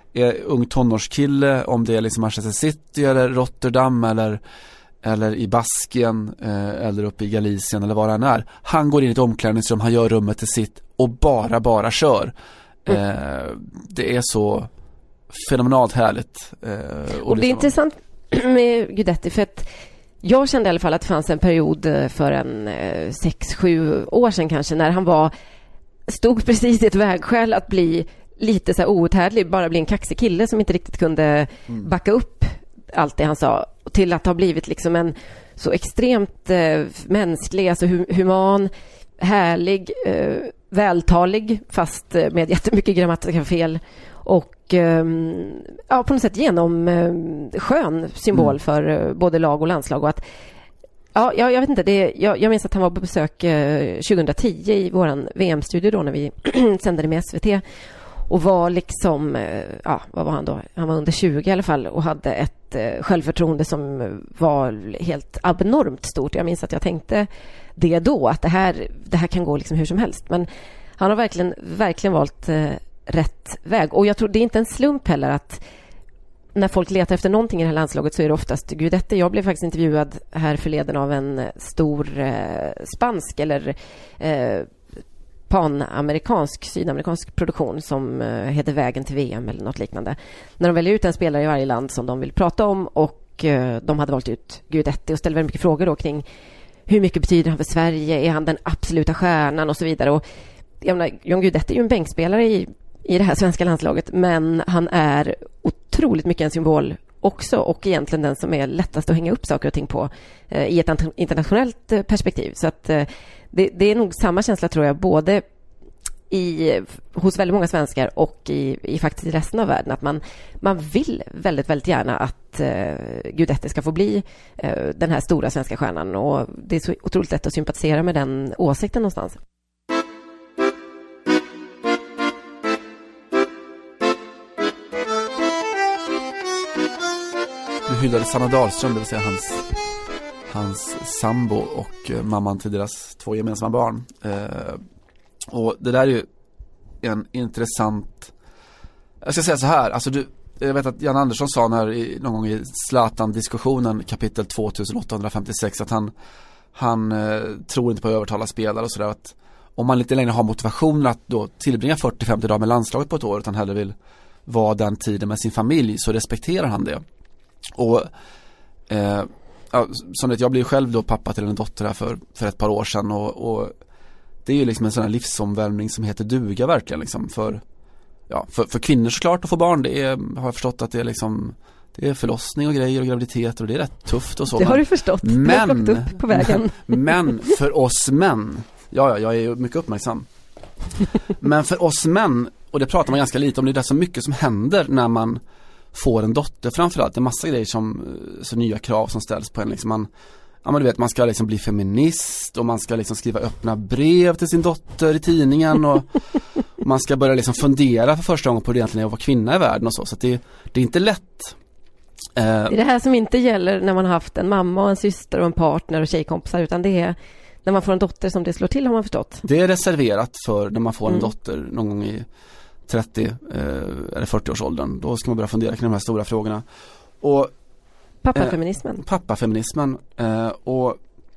är ung tonårskille, om det är liksom Manchester City eller Rotterdam eller, eller i Baskien eh, eller uppe i Galicien eller var han är. Han går in i ett omklädningsrum, han gör rummet till sitt och bara, bara kör. Mm. Eh, det är så fenomenalt härligt. Eh, och och det är intressant med Guidetti, för att jag kände i alla fall att det fanns en period för en eh, sex, sju år sedan kanske, när han var stod precis i ett vägskäl att bli lite så här outhärdlig, bara bli en kaxig kille som inte riktigt kunde backa upp allt det han sa, till att ha blivit liksom en så extremt eh, mänsklig, alltså hu- human, härlig, eh, vältalig, fast eh, med jättemycket grammatiska fel och eh, ja, på något sätt genom eh, skön symbol mm. för eh, både lag och landslag. Och att ja, jag, jag vet inte, det, jag, jag minns att han var på besök eh, tjugohundratio i våran V M-studio då när vi sände det med S V T och var liksom, eh, ja, vad var han då? Han var under tjugo i alla fall och hade ett eh, självförtroende som var helt abnormt stort. Jag minns att jag tänkte det då, att det här, det här kan gå liksom hur som helst. Men han har verkligen, verkligen valt eh, rätt väg. Och jag tror det är inte en slump heller att när folk letar efter någonting i det här landslaget så är det oftast Guidetti. Jag blev faktiskt intervjuad här förleden av en stor eh, spansk eller eh, panamerikansk, sydamerikansk produktion som eh, heter Vägen till V M eller något liknande. När de väljer ut en spelare i varje land som de vill prata om och eh, de hade valt ut Guidetti och ställde väldigt mycket frågor då kring hur mycket betyder han för Sverige? Är han den absoluta stjärnan och så vidare? Och jag menar, John Guidetti är ju en bänkspelare i i det här svenska landslaget, men han är otroligt mycket en symbol också och egentligen den som är lättast att hänga upp saker och ting på eh, i ett internationellt eh, perspektiv. Så att eh, det, det är nog samma känsla tror jag både i, hos väldigt många svenskar och i, i faktiskt i resten av världen, att man, man vill väldigt, väldigt gärna att eh, Guidetti ska få bli eh, den här stora svenska stjärnan, och det är så otroligt lätt att sympatisera med den åsikten någonstans. Du hyllade Sanna Dahlström, det vill säga hans, hans sambo och eh, mamman till deras två gemensamma barn. Eh, och det där är ju en intressant... Jag ska säga så här, alltså du, jag vet att Jan Andersson sa när, i, någon gång i Zlatan-diskussionen kapitel tjugoåttahundrafemtiosex att han, han eh, tror inte på att övertala spelare och sådär, att om man lite längre har motivationen att då tillbringa fyrtio till femtio dagar med landslaget på ett år utan hellre vill vara den tiden med sin familj, så respekterar han det. Och eh, ja, som det, jag blev själv då pappa till en dotter här för, för ett par år sedan och, och det är ju liksom en sån här livsomvälvning som heter duga verkligen liksom för, ja, för, för kvinnor såklart att få barn. Det är, har jag förstått att det är liksom, det är förlossning och grejer och graviditeter och det är rätt tufft och så. Det har du förstått, men, du har upp på vägen. Men, men för oss män, ja, ja jag är ju mycket uppmärksam, men för oss män, och det pratar man ganska lite om, det är det så mycket som händer när man får en dotter, framförallt det är massa grejer som, så nya krav som ställs på en liksom. Man, ja men du vet, man ska liksom bli feminist och man ska liksom skriva öppna brev till sin dotter i tidningen och, och man ska börja liksom fundera för första gången på det egentligen att vara kvinna i världen och så, så att det, det är inte lätt. Det är det här som inte gäller när man har haft en mamma och en syster och en partner och tjejkompisar, utan det är när man får en dotter som det slår till, har man förstått. Det är reserverat för när man får en mm. dotter någon gång i trettio eh, eller fyrtio års åldern. Då ska man börja fundera kring de här stora frågorna. Och pappafeminismen. Eh, pappafeminismen eh, och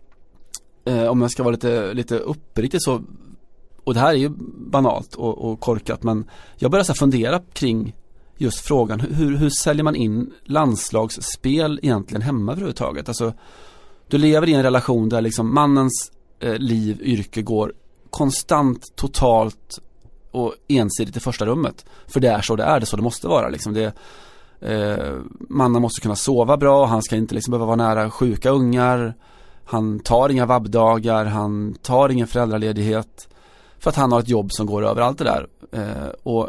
eh, om jag ska vara lite, lite uppriktig så, och det här är ju banalt och, och korkat, men jag börjar så fundera kring just frågan, hur, hur säljer man in landslagsspel egentligen hemma överhuvudtaget? Alltså, du lever i en relation där liksom mannens eh, liv, yrke går konstant, totalt och ensidigt i första rummet. För det är så det är, det är så det måste vara liksom. Det, eh, mannen måste kunna sova bra, han ska inte liksom behöva vara nära sjuka ungar, han tar inga vabbdagar, han tar ingen föräldraledighet för att han har ett jobb som går över allt det där. Eh, och,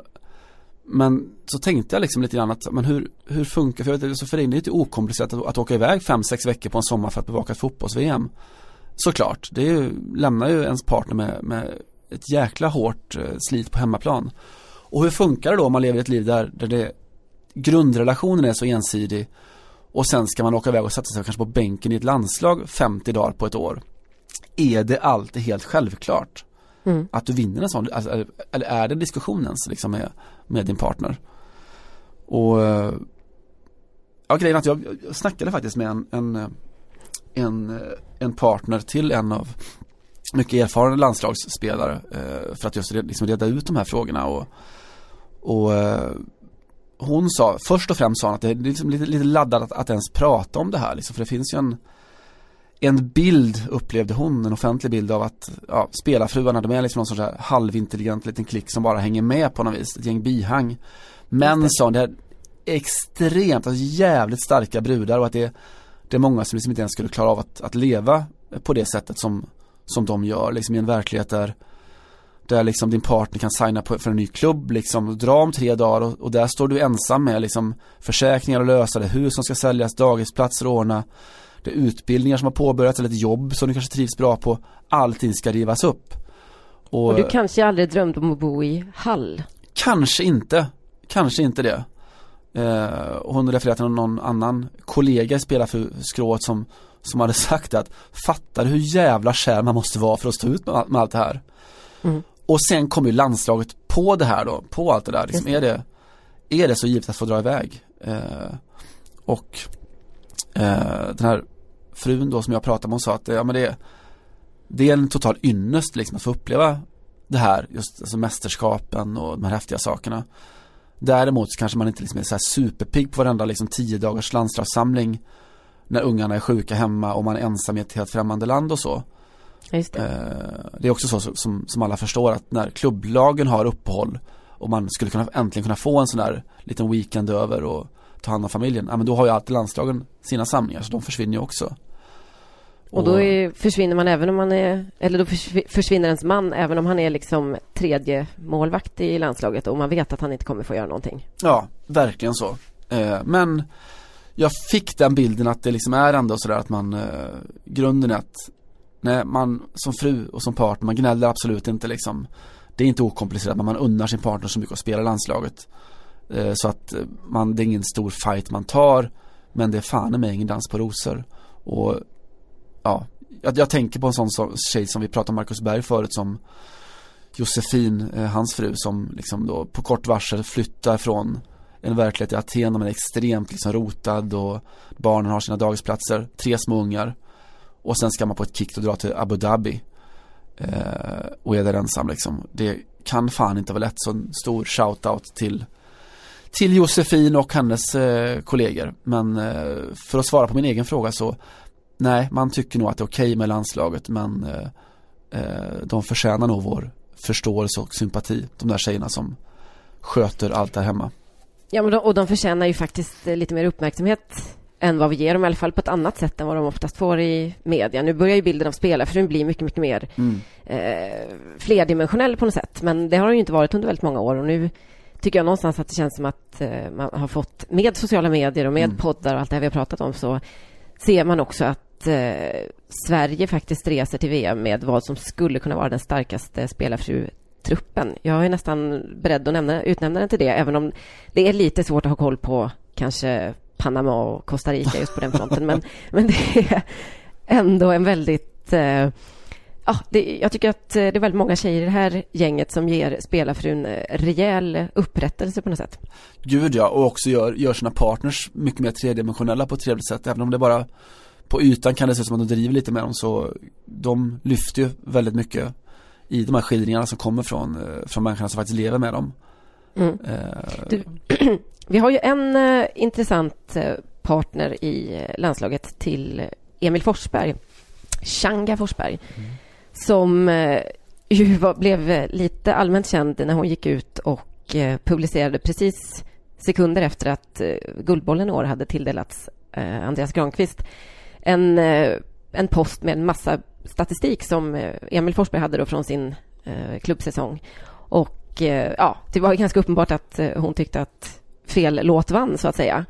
men så tänkte jag liksom lite grann att, men hur, hur funkar, för jag vet, så för det är lite okomplicerat att, att åka iväg fem, sex veckor på en sommar för att bevaka ett fotbolls-V M. Såklart, det är ju, lämnar ju ens partner med, med ett jäkla hårt eh, slit på hemmaplan. Och hur funkar det då om man lever ett liv där, där det, grundrelationen är så ensidig och sen ska man åka iväg och sätta sig kanske på bänken i ett landslag femtio dagar på ett år? Är det alltid helt självklart mm. att du vinner en sån, alltså, eller är det diskussionens liksom med, med din partner? Och ja, grejen är att jag, jag snackade faktiskt med en, en, en, en partner till en av mycket erfarna landslagsspelare eh, för att just liksom reda ut de här frågorna. Och, och eh, hon sa, först och främst sa hon att det är liksom lite, lite laddat att, att ens prata om det här. Liksom, för det finns ju en, en bild, upplevde hon, en offentlig bild av att ja, spelarfruarna, de är liksom någon sorts här halvintelligent liten klick som bara hänger med på något vis, ett gäng bihang. Men sa hon, det är extremt, alltså jävligt starka brudar, och att det, det är många som liksom inte ens skulle klara av att, att leva på det sättet som, som de gör, liksom i en verklighet där där liksom din partner kan signa på för en ny klubb, liksom dra om tre dagar, och, och där står du ensam med liksom försäkringar och lösa det, hus som ska säljas, dagisplatser och ordna, det är utbildningar som har påbörjats eller ett jobb som du kanske trivs bra på, allting ska rivas upp. Och, och du kanske aldrig drömde om att bo i Hall? Kanske inte, kanske inte det. Eh, och hon refererade till någon annan kollega i spelarskrået som, som hade sagt att fattar hur jävla kär man måste vara för att stå ut med, med allt det här. Mm. Och sen kommer ju landslaget på det här då, på allt det där. Liksom, är, det, är det så givet att få dra iväg? Eh, och eh, den här frun då som jag pratade med, hon sa att ja, men det, det är en total ynnest liksom, att få uppleva det här, just alltså, mästerskapen och de här häftiga sakerna. Däremot så kanske man inte liksom är så här superpigg på varenda liksom, tio dagars landslagssamling när ungarna är sjuka hemma och man är ensam i ett helt främmande land och så. Just det. Eh, det är också så som, som alla förstår att när klubblagen har uppehåll och man skulle kunna äntligen kunna få en sån där liten weekend över och ta hand om familjen, ja, men då har ju alltid landslagen sina samlingar, så de försvinner ju också. Och, och då är, försvinner man även om man är, eller då försvinner ens man även om han är liksom tredje målvakt i landslaget och man vet att han inte kommer få göra någonting. Ja, verkligen så. Eh, men jag fick den bilden att det liksom är ändå sådär att man, eh, grunden är att nej, man som fru och som partner, man gnäller absolut inte liksom. Det är inte okomplicerat, men man unnar sin partner så mycket att spela landslaget. Eh, så att man, det är ingen stor fight man tar, men det är fan med ingen dans på rosor. Och ja, jag, jag tänker på en sån så, tjej som vi pratade om, Marcus Berg förut, som Josefin, eh, hans fru, som liksom då på kort varsel flyttar från en verklighet i Aten, men extremt liksom rotad och barnen har sina dagisplatser, tre små ungar, och sen ska man på ett kick och dra till Abu Dhabi eh, och är där ensam liksom. Det kan fan inte vara lätt, så en stor shoutout till till Josefin och hennes eh, kollegor. Men eh, för att svara på min egen fråga så nej, man tycker nog att det är okej med landslaget, men eh, eh, de förtjänar nog vår förståelse och sympati, de där tjejerna som sköter allt där hemma. Ja, men de, och de förtjänar ju faktiskt lite mer uppmärksamhet än vad vi ger dem, i alla fall på ett annat sätt än vad de oftast får i media. Nu börjar ju bilden av spelare för den blir mycket, mycket mer mm. eh, flerdimensionell på något sätt, men det har den ju inte varit under väldigt många år, och nu tycker jag någonstans att det känns som att eh, man har fått, med sociala medier och med mm. poddar och allt det här vi har pratat om, så ser man också att eh, Sverige faktiskt reser till V M med vad som skulle kunna vara den starkaste spelarfru-truppen. Jag är nästan beredd att nämna, utnämna den till det, även om det är lite svårt att ha koll på kanske Panama och Costa Rica just på den fronten. men, men det är ändå en väldigt... Eh, ja, det, jag tycker att det är väldigt många tjejer i det här gänget som ger spelarfrun rejäl upprättelse på något sätt. Gud ja, och också gör, gör sina partners mycket mer tredimensionella på ett trevligt sätt. Även om det bara på ytan kan det se ut som att de driver lite med dem, så de lyfter ju väldigt mycket i de här skildringarna som kommer från, från människorna som faktiskt lever med dem. Mm. Eh. Du, vi har ju en uh, intressant uh, partner i landslaget till Emil Forsberg, Changa Forsberg, mm. som uh, ju var, blev lite allmänt känd när hon gick ut och uh, publicerade precis sekunder efter att uh, Guldbollen i år hade tilldelats uh, Andreas Granqvist en, uh, en post med en massa statistik som uh, Emil Forsberg hade då från sin uh, klubbsäsong. Och uh, ja, det var ganska uppenbart att uh, hon tyckte att fel låt vann, så att säga.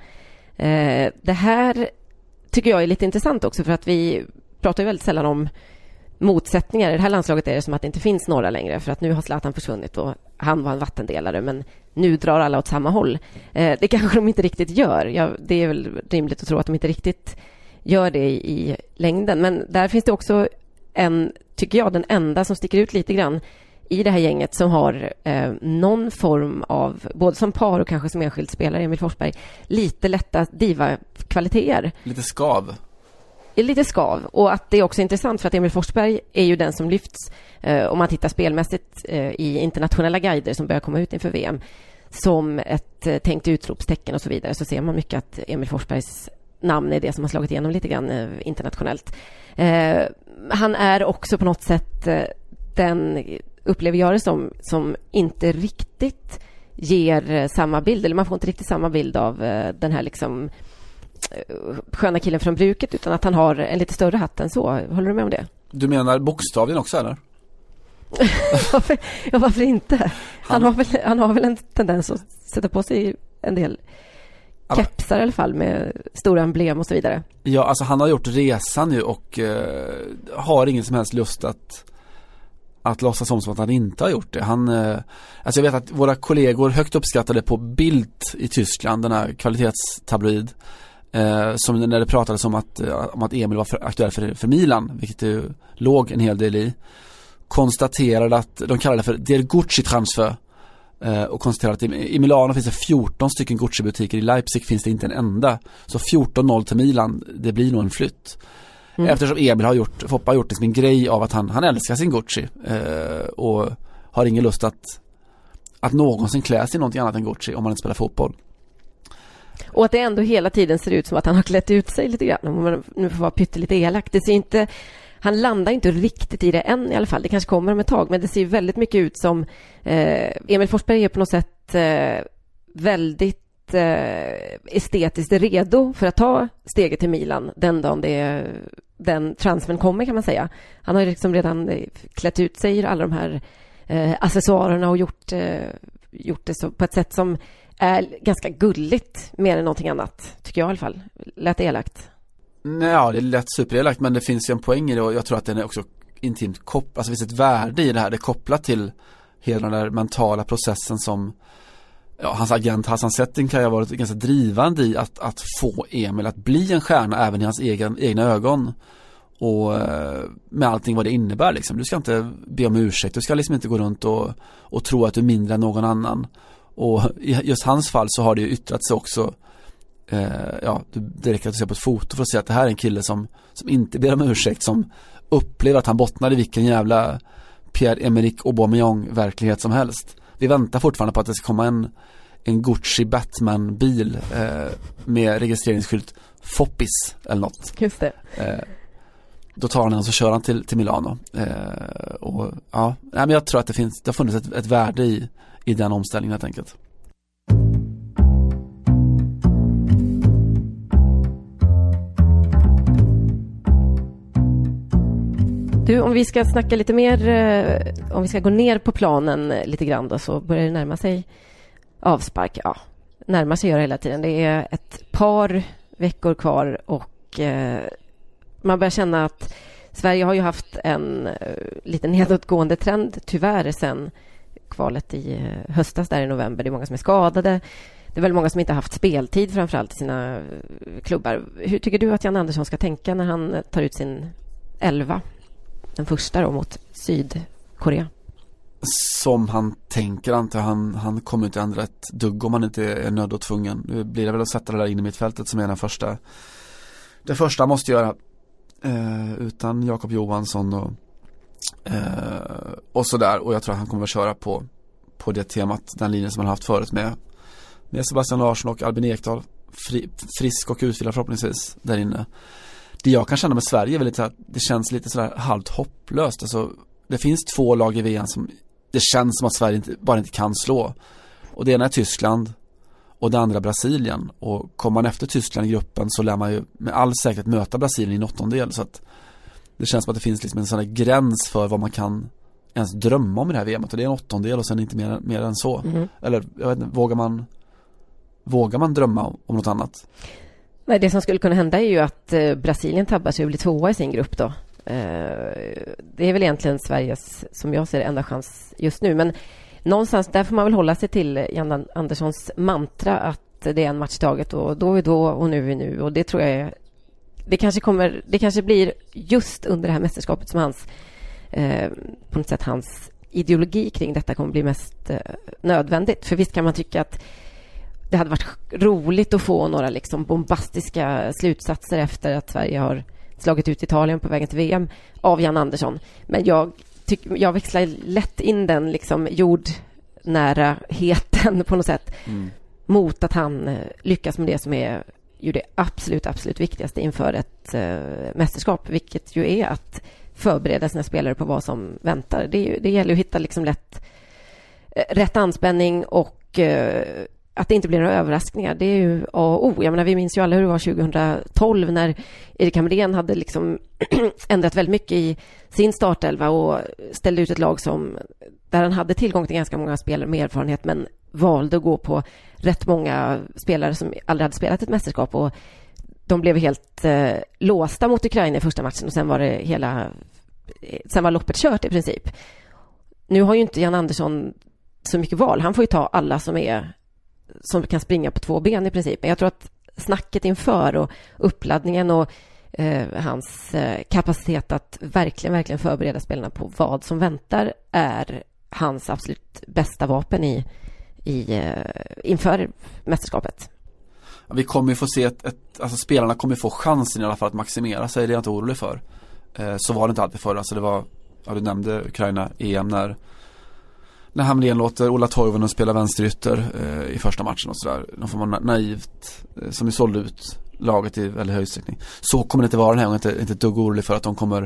Uh, det här tycker jag är lite intressant också, för att vi pratar ju väldigt sällan om motsättningar. I det här landslaget är det som att det inte finns några längre, för att nu har Zlatan försvunnit och han var en vattendelare, men nu drar alla åt samma håll. Eh, det kanske de inte riktigt gör. Ja, det är väl rimligt att tro att de inte riktigt gör det i, i längden. Men där finns det också en, tycker jag, den enda som sticker ut lite grann i det här gänget som har eh, någon form av, både som par och kanske som enskild spelare, Emil Forsberg, lite lätta diva-kvaliteter. Lite skav. Lite skav. Och att det är också intressant för att Emil Forsberg är ju den som lyfts eh, om man tittar spelmässigt eh, i internationella guider som börjar komma ut inför V M som ett eh, tänkt utropstecken och så vidare, så ser man mycket att Emil Forsbergs namn är det som har slagit igenom lite grann eh, internationellt. Eh, han är också på något sätt eh, den, upplever jag det som, som inte riktigt ger eh, samma bild, eller man får inte riktigt samma bild av eh, den här liksom sköna killen från bruket, utan att han har en lite större hatt än så. Håller du med om det? Du menar bokstavligen också, eller? varför, ja, varför inte? Han, han, har väl, han har väl en tendens att sätta på sig en del kepsar i alla fall med stora emblem och så vidare. Ja, alltså han har gjort resan nu och eh, har ingen som helst lust att att låtsas som att han inte har gjort det. Han, eh, alltså jag vet att våra kollegor högt uppskattade på Bild i Tyskland, den här kvalitetstabloid, eh, som när det pratades om att, om att Emil var för, aktuell för, för Milan, vilket det låg en hel del i, konstaterade att de kallade det för Der Gucci-transfer eh, och konstaterade att i, i Milano finns det fjorton stycken Gucci-butiker, i Leipzig finns det inte en enda. Så fjorton noll till Milan, det blir nog en flytt. Mm. Eftersom Emil har gjort, Foppa har gjort liksom en grej av att han, han älskar sin Gucci eh, och har ingen lust att att någonsin klä sig i någonting annat än Gucci om man inte spelar fotboll. Och att det ändå hela tiden ser ut som att han har klätt ut sig lite grann, om man nu får vara pyttelite elak. Det ser inte, han landar inte riktigt i det än i alla fall. Det kanske kommer om ett tag, men det ser väldigt mycket ut som eh, Emil Forsberg är på något sätt eh, väldigt estetiskt redo för att ta steget till Milan den dagen det, den transfern kommer, kan man säga. Han har ju liksom redan klätt ut sig i alla de här eh, accessoarerna och gjort, eh, gjort det så, på ett sätt som är ganska gulligt mer än någonting annat, tycker jag i alla fall. Lät elakt. Nej, det är lätt superelakt, men det finns ju en poäng i det och jag tror att den är också intimt kopplad. Alltså det finns ett värde i det här, det är kopplat till hela den där mentala processen som ja, hans agent Hassan Setting kan ju ha varit ganska drivande i att, att få Emil att bli en stjärna även i hans egen, egna ögon och med allting vad det innebär liksom. Du ska inte be om ursäkt, du ska liksom inte gå runt och, och tro att du är mindre än någon annan, och i just hans fall så har det ju yttrat sig också eh, ja, det räcker att du ser på ett foto för att se att det här är en kille som, som inte ber om ursäkt, som upplever att han bottnar i vilken jävla Pierre-Emerick Aubameyang-verklighet som helst. Vi väntar fortfarande på att det ska komma en, en Gucci Batman-bil eh, med registreringsskylt Foppis eller något. Just det. Eh, då tar han och så kör han till, till Milano. Eh, och, ja, nej, men jag tror att det, finns, det har funnits ett, ett värde i, i den omställningen helt enkelt. Du, om vi ska snacka lite mer, eh, om vi ska gå ner på planen lite grann då, så börjar det närma sig avspark. Ja, närma sig gör det hela tiden. Det är ett par veckor kvar och eh, man börjar känna att Sverige har ju haft en eh, lite nedåtgående trend tyvärr sen kvalet i eh, höstas där i november. Det är många som är skadade. Det är väl många som inte har haft speltid framförallt i sina eh, klubbar. Hur tycker du att Jan Andersson ska tänka när han tar ut sin elva? Den första då mot Sydkorea. Som han tänker, antar han, han kommer inte ändra ett dugg om han inte är nödd och tvungen. Nu blir det väl att sätta det där in i mittfältet som är den första. Det första måste göra eh, utan Jakob Johansson och, eh, och sådär. Och jag tror att han kommer att köra på, på det temat, den linjen som han haft förut med, med Sebastian Larsson och Albin Ekdal. Fri, frisk och utvilad förhoppningsvis där inne. Det jag kan känna med Sverige är väl lite att det känns lite sådär halvt hopplöst. Alltså, det finns två lag i V M som det känns som att Sverige inte, bara inte kan slå. Och det ena är Tyskland och det andra Brasilien. Och kommer man efter Tyskland i gruppen så lär man ju med all säkerhet möta Brasilien i en åttondel. Så att det känns som att det finns liksom en sån här gräns för vad man kan ens drömma om i det här V M. Och det är en åttondel och sen inte mer, mer än så. Mm. Eller jag vet inte, vågar man, vågar man drömma om, om något annat? Nej, det som skulle kunna hända är ju att eh, Brasilien tabbar sig och blir tvåa i sin grupp då. Eh, det är väl egentligen Sveriges, som jag ser det, enda chans just nu. Men någonstans där får man väl hålla sig till Jan Anderssons mantra att det är en match taget och då är då och nu är vi nu. Och det tror jag är, det kanske kommer, det kanske blir just under det här mästerskapet som hans eh, på något sätt hans ideologi kring detta kommer bli mest eh, nödvändigt. För visst kan man tycka att det hade varit roligt att få några liksom bombastiska slutsatser efter att Sverige har slagit ut Italien på vägen till V M av Jan Andersson. Men jag, tyck, jag växlar lätt in den liksom jordnäraheten på något sätt mm. mot att han lyckas med det som är ju det absolut, absolut viktigaste inför ett eh, mästerskap, vilket ju är att förbereda sina spelare på vad som väntar. Det, är ju, det gäller ju att hitta liksom lätt, eh, rätt anspänning och eh, att det inte blir några överraskningar. Det är ju A och O. Jag menar, vi minns ju alla hur det var tjugohundratolv när Erik Hamrén hade liksom ändrat väldigt mycket i sin startelva och ställde ut ett lag som där han hade tillgång till ganska många spelare med erfarenhet men valde att gå på rätt många spelare som aldrig hade spelat ett mästerskap, och de blev helt eh, låsta mot Ukraina i första matchen och sen var det hela sen var loppet kört i princip. Nu har ju inte Jan Andersson så mycket val. Han får ju ta alla som är som kan springa på två ben i princip. Men jag tror att snacket inför och uppladdningen och eh, hans eh, kapacitet att verkligen, verkligen förbereda spelarna på vad som väntar är hans absolut bästa vapen i, i, eh, inför mästerskapet. Vi kommer ju få se ett, ett alltså spelarna kommer få chansen i alla fall att maximera sig, det är jag inte orolig för. Eh, så var det inte alltid förr. Alltså det var, ja, du nämnde Ukraina E M när när Hamrén låter Ola Toivonen spela vänsterytter eh, i första matchen och sådär. De får vara naivt eh, som vi sålde ut laget i väldigt hög utsträckning. Så kommer det inte vara den här gången. Inte, inte ett dugg orolig för att de kommer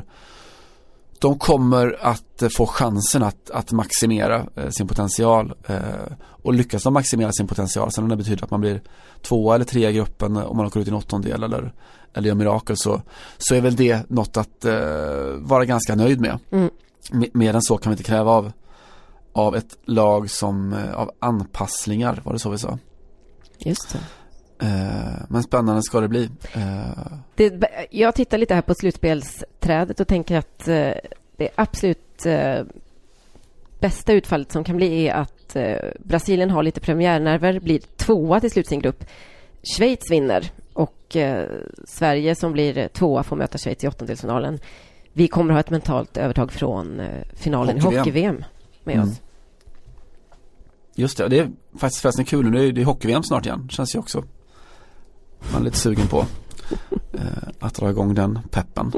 de kommer att eh, få chansen att, att maximera eh, sin potential eh, och lyckas de maximera sin potential. Sen det betyder att man blir två eller tre i gruppen om man åker ut i en åttondel eller, eller gör mirakel, så, så är väl det något att eh, vara ganska nöjd med. Mm. M- mer än så kan vi inte kräva av av ett lag som av anpassningar, var det så vi sa? Just det. Eh, men spännande ska det bli. Eh. Det, jag tittar lite här på slutspelsträdet och tänker att eh, det absolut eh, bästa utfallet som kan bli är att eh, Brasilien har lite premiärnerver, blir tvåa till slut sin grupp. Schweiz vinner och eh, Sverige som blir tvåa får möta Schweiz i åttondelsfinalen. Vi kommer ha ett mentalt övertag från eh, finalen Hockey-V M. i hockey-V M med mm. oss. Just det, det är faktiskt förresten kul nu. Det är, det är hockey-V M snart igen. Känns ju också man är lite sugen på eh, att dra igång den peppen.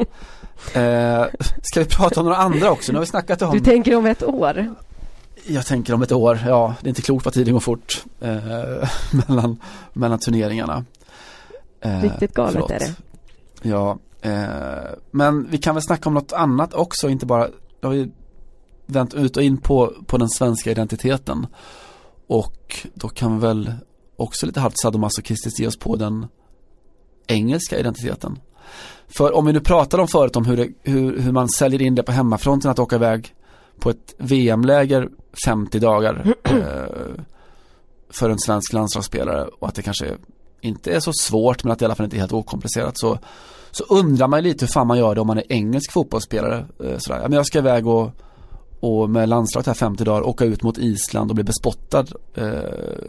Eh, ska vi prata om några andra också? Nu har vi snackat om... Du tänker om ett år? Jag tänker om ett år, ja. Det är inte klokt vad tiden går fort eh, mellan, mellan turneringarna. Eh, Riktigt galet förlåt. Är det. Ja, eh, men vi kan väl snacka om något annat också. Inte bara... Har vi vänt ut och in på, på den svenska identiteten. Och då kan vi väl också lite halvt sadomasochistiskt ge oss på den engelska identiteten. För om vi nu pratar om förut om hur, det, hur, hur man säljer in det på hemmafronten att åka iväg på ett V M-läger femtio dagar eh, för en svensk landslagsspelare, och att det kanske inte är så svårt men att det i alla fall inte är helt okomplicerat, så, så undrar man lite hur fan man gör det om man är engelsk fotbollsspelare. Eh, sådär. Men jag ska iväg och och med landslaget här femtio dagar åka ut mot Island och bli bespottad eh,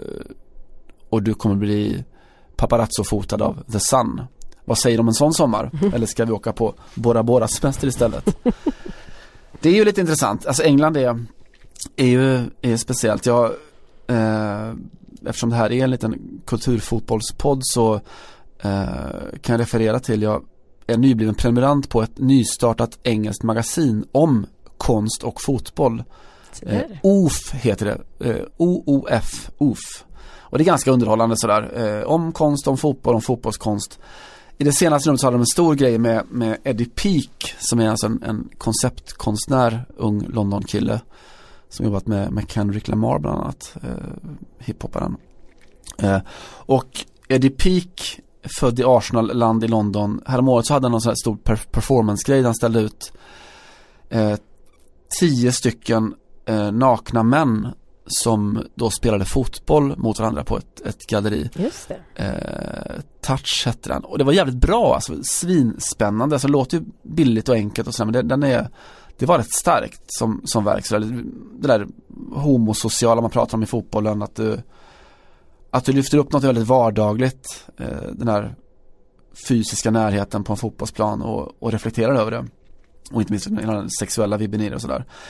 och du kommer bli paparazzo-fotad av The Sun. Vad säger de om en sån sommar? Mm. Eller ska vi åka på Bora Bora semester istället? Det är ju lite intressant. Alltså England är, är ju är speciellt. Jag, eh, eftersom det här är en liten kulturfotbollspodd så eh, kan jag referera till jag är nybliven prenumerant på ett nystartat engelskt magasin om konst och fotboll. Eh, O F heter det. Eh, O O F. O F. Och det är ganska underhållande sådär. Eh, om konst, om fotboll, om fotbollskonst. I det senaste numret så hade de en stor grej med, med Eddie Peake, som är alltså en, en konceptkonstnär, ung London-kille som jobbat med, med Kendrick Lamar bland annat, eh, hiphopparen. Eh, och Eddie Peake, född i Arsenal-land i London, häromåret så hade han någon sån här stor per- performance-grej där han ställde ut eh, tio stycken eh, nakna män som då spelade fotboll mot varandra på ett, ett galleri. Just det. Eh, Touch hette den. Och det var jävligt bra, alltså svinspännande. Alltså det låter ju billigt och enkelt och så, men det, den är, det var rätt starkt som, som verk. Så det, det där homosociala man pratar om i fotbollen, att du, att du lyfter upp något väldigt vardagligt, eh, den här fysiska närheten på en fotbollsplan och, och reflekterar över det. Och inte minst den sexuella vibben i det och sådär.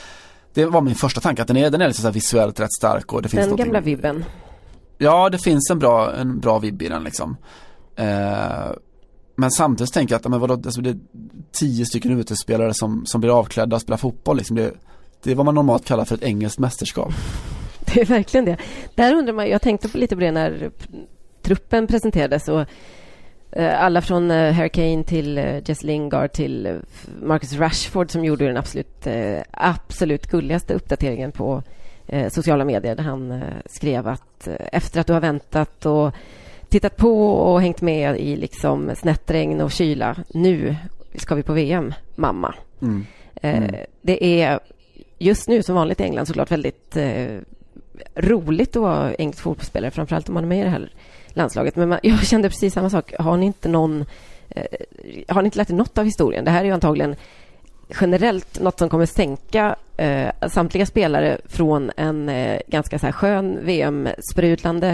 det var min första tanke, att den är, den är liksom så här visuellt rätt stark. Och det finns den någonting... gamla vibben. Ja, det finns en bra, en bra vibb i den liksom. Eh, men samtidigt tänker jag att men vadå, alltså det är tio stycken utespelare som, som blir avklädda och spelar fotboll. Liksom. Det, det är vad man normalt kallar för ett engelskt mästerskap. Det är verkligen det. Där undrar man, jag tänkte på lite på det när truppen presenterades. Och, eh, alla från eh, Harry Kane till eh, Jesse Lingard till eh, Marcus Rashford som gjorde den absolut, eh, absolut gulligaste uppdateringen på eh, sociala medier. Där han eh, skrev att eh, efter att du har väntat och tittat på och hängt med i liksom snättregn och kyla, nu ska vi på V M, mamma. Mm. Mm. Eh, det är just nu som vanligt i England såklart väldigt eh, roligt att vara engelsk fotbollsspelare, framförallt om man är med i det här landslaget. Men man, jag kände precis samma sak. Har ni inte någon eh, har ni inte lärt er något av historien? Det här är ju antagligen generellt något som kommer sänka eh, samtliga spelare från en eh, ganska så här skön V M-sprudlande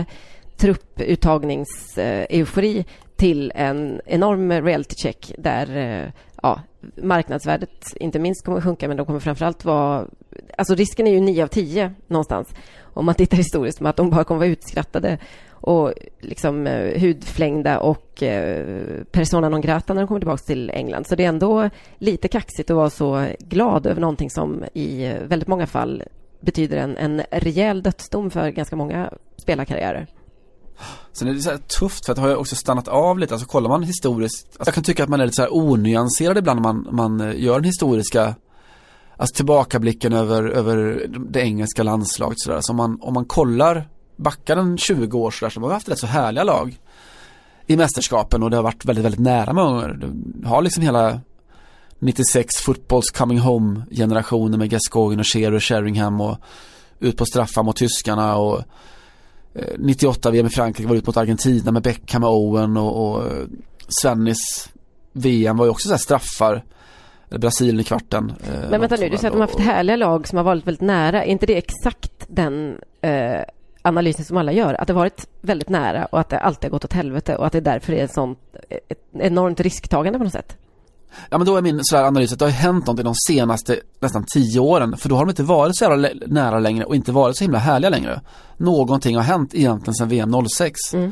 trupputtagningseufori till en enorm reality check där eh, ja, marknadsvärdet inte minst kommer sjunka, men de kommer framförallt vara, alltså risken är ju nio av tio någonstans om man tittar historiskt, med att de bara kommer vara utskrattade och liksom eh, hudflängda och eh, persona non grata när de kommer tillbaka till England. Så det är ändå lite kaxigt att vara så glad över någonting som i väldigt många fall betyder en, en rejäl dödsdom för ganska många spelarkarriärer. Sen är det så här tufft, för att har jag också stannat av lite. Alltså kollar man historiskt, alltså jag kan tycka att man är lite så här onyanserad ibland när man, man gör den historiska, alltså tillbakablicken över, över det engelska landslaget så där. Så om man, om man kollar backar en tjugo år så där, så har vi haft rätt så härliga lag i mästerskapen och det har varit väldigt, väldigt nära många. Du har liksom hela nittiosex fotbolls coming home generationen med Gascoigne och Shearer och Sheringham och ut på straffar mot tyskarna, och nittioåtta V M i Frankrike var ut mot Argentina med Beckham och Owen, och, och Svennis V M var ju också så här straffar, Brasilien i kvarten. Men vänta nu, du säger att de har haft härliga lag som har varit väldigt nära. Är inte det exakt den eh, analysen som alla gör? Att det varit väldigt nära och att det alltid har gått åt helvete och att det därför är ett sånt ett enormt risktagande på något sätt? Ja, men då är min så här analys att det har hänt något i de senaste nästan tio åren, för då har de inte varit så jävla nära längre och inte varit så himla härliga längre. Någonting har hänt egentligen sedan V M noll sex. Mm.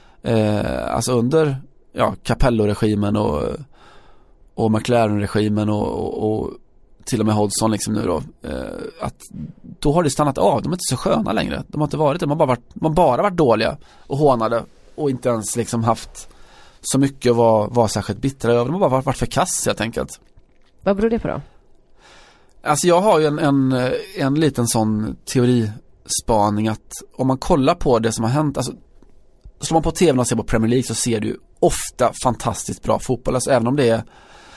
Eh, alltså under ja, Capello-regimen och, och McLaren-regimen och, och, och till och med Hodgson liksom nu då. Eh, att då har det stannat av. De är inte så sköna längre. De har inte varit det. De har bara varit, de har bara varit dåliga och hånade och inte ens liksom haft så mycket var, var särskilt bittra över. De har bara varit, varit för kass helt enkelt. Vad beror det på då? Alltså jag har ju en, en, en liten sån teorispaning att om man kollar på det som har hänt, alltså slår man på tvn och ser på Premier League så ser du ju ofta fantastiskt bra fotboll. Alltså även om det är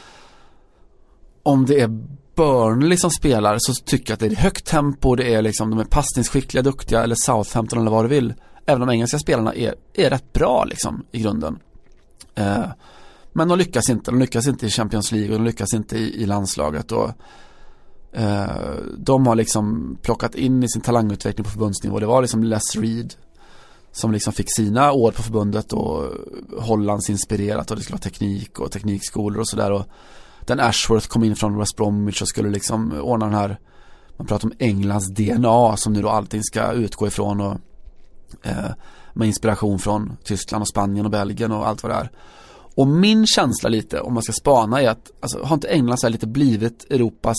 om det är Burnley som spelar, så tycker jag att det är högt tempo, det är liksom, de är passningsskickliga, duktiga, eller Southampton eller vad du vill. Även de engelska spelarna är, är rätt bra liksom i grunden. Eh, men de lyckas inte de lyckas inte i Champions League och de lyckas inte i, i landslaget, och eh, de har liksom plockat in i sin talangutveckling på förbundsnivå. Det var liksom Les Reed som liksom fick sina år på förbundet och Hollands inspirerat, och det skulle vara teknik och teknikskolor och sådär, och den Ashworth kom in från West Bromwich och skulle liksom ordna den här, man pratar om Englands D N A som nu då allting ska utgå ifrån, och eh, med inspiration från Tyskland och Spanien och Belgien och allt vad det är. Och min känsla lite, om man ska spana, är att alltså, har inte England så här lite blivit Europas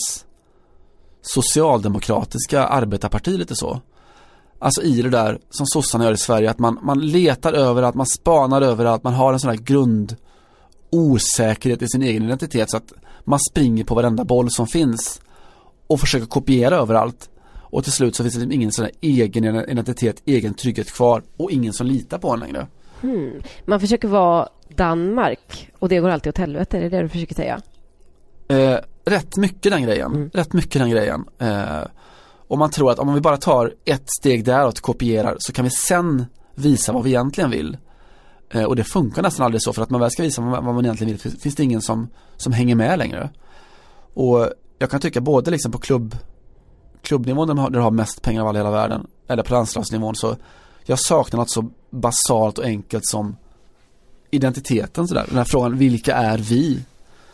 socialdemokratiska arbetarparti lite så? Alltså i det där som sossarna gör i Sverige, att man, man letar över att man spanar över att man har en sån här grund osäkerhet i sin egen identitet, så att man springer på varenda boll som finns och försöker kopiera överallt, och till slut så finns det ingen sån här egen identitet, egen trygghet kvar, och ingen som litar på en längre. Hmm. Man försöker vara Danmark och det går alltid åt helvete, är det det du försöker säga? Eh, rätt mycket den grejen. Mm. Rätt mycket den grejen. Eh, och man tror att om vi bara tar ett steg däråt och kopierar, så kan vi sen visa vad vi egentligen vill. Eh, och det funkar nästan aldrig så, för att man väl ska visa vad man egentligen vill, finns det ingen som, som hänger med längre. Och jag kan tycka både liksom på klubb klubbnivån där du har mest pengar av alla i hela världen, eller på landslagsnivån, så jag saknar något så basalt och enkelt som identiteten sådär. Den här frågan, vilka är vi?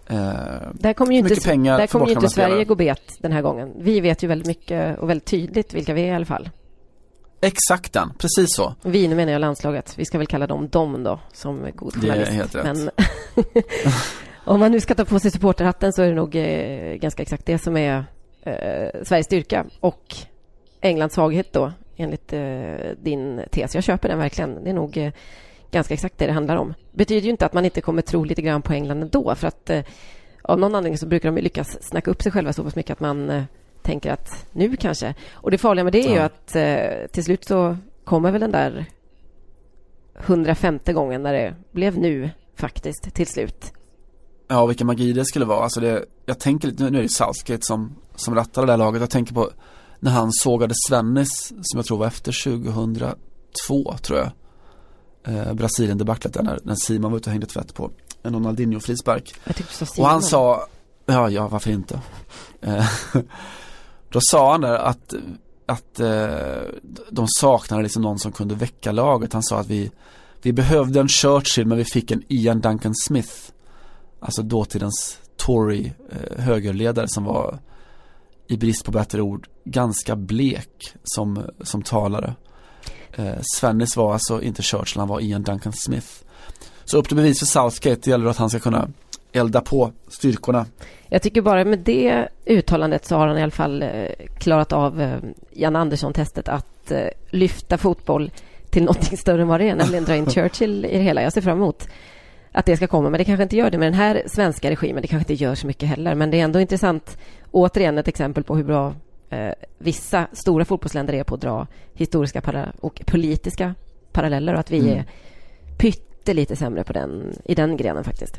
Eh, där kommer ju inte, pengar där kommer ju inte Sverige spelare. gå bet den här gången. Vi vet ju väldigt mycket och väldigt tydligt vilka vi är i alla fall. Exakt den, precis så. Vi, nu menar jag landslaget. Vi ska väl kalla dem dom då, som god journalist. Det är helt rätt. Men om man nu ska ta på sig supporterhatten så är det nog eh, ganska exakt det som är eh, Sveriges styrka och Englands svaghet då, enligt eh, din tes. Jag köper den verkligen. Det är nog eh, ganska exakt det det handlar om. Betyder ju inte att man inte kommer tro lite grann på England ändå, för att eh, av någon anledning så brukar de lyckas snacka upp sig själva så pass mycket att man eh, tänker att nu kanske. Och det farliga med det är ja. ju att eh, till slut så kommer väl den där hundrafemte gången när det blev nu faktiskt till slut. Ja, vilken magi det skulle vara. Alltså det, jag tänker lite, nu är det Southgate som, som rattade det där laget. Jag tänker på när han sågade Svennis, som jag tror var efter tjugohundratvå, tror jag. Eh, Brasilien debaclet där när, när Simon var ute och hängde tvätt på en Ronaldinho frispark. Jag tyckte så Simon. Och han sa, ja, ja varför inte? Eh, då sa han där att, att eh, de saknade liksom någon som kunde väcka laget. Han sa att vi, vi behövde en Churchill, men vi fick en Ian Duncan Smith. Alltså dåtidens Tory eh, högerledare som var, i brist på bättre ord, ganska blek som, som talare. Eh, Svennis var alltså inte Churchill, han var Ian Duncan Smith. Så upp till bevis för Southgate, det gäller att han ska kunna elda på styrkorna. Jag tycker bara med det uttalandet så har han i alla fall eh, klarat av eh, Jan Andersson-testet att eh, lyfta fotboll till något större än vad det är, nämligen dra in Churchill i det hela. Jag ser fram emot att det ska komma, men det kanske inte gör det med den här svenska regimen. Det kanske inte gör så mycket heller, men det är ändå intressant. Återigen ett exempel på hur bra eh, vissa stora fotbollsländer är på att dra historiska para- och politiska paralleller, och att vi mm. är pyttelite sämre på den, i den grenen faktiskt.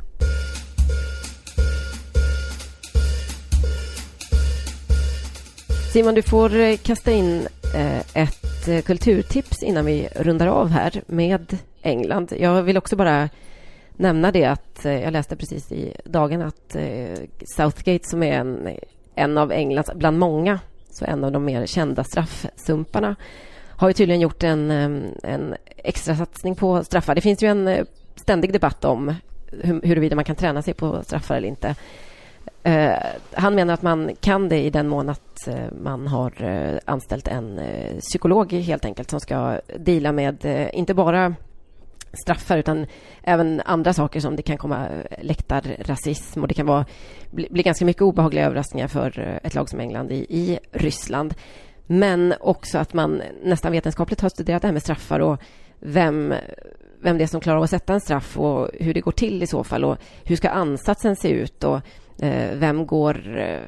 Simon, du får kasta in eh, ett eh, kulturtips innan vi rundar av här med England. Jag vill också bara nämna det att eh, jag läste precis i dagen att eh, Southgate, som är en, en av Englands, bland många, så en av de mer kända straffsumparna, har ju tydligen gjort en, en extra satsning på straffar. Det finns ju en ständig debatt om hur, huruvida man kan träna sig på straffar eller inte. Uh, han menar att man kan det i den mån att uh, man har uh, anställt en uh, psykolog helt enkelt som ska deala med uh, inte bara straffar utan även andra saker, som det kan komma läktarrasism, och det kan vara, bli, bli ganska mycket obehagliga överraskningar för uh, ett lag som England i, i Ryssland. Men också att man nästan vetenskapligt har studerat det här med straffar och vem, vem det är som klarar av att sätta en straff och hur det går till i så fall, och hur ska ansatsen se ut, och eh, vem går eh,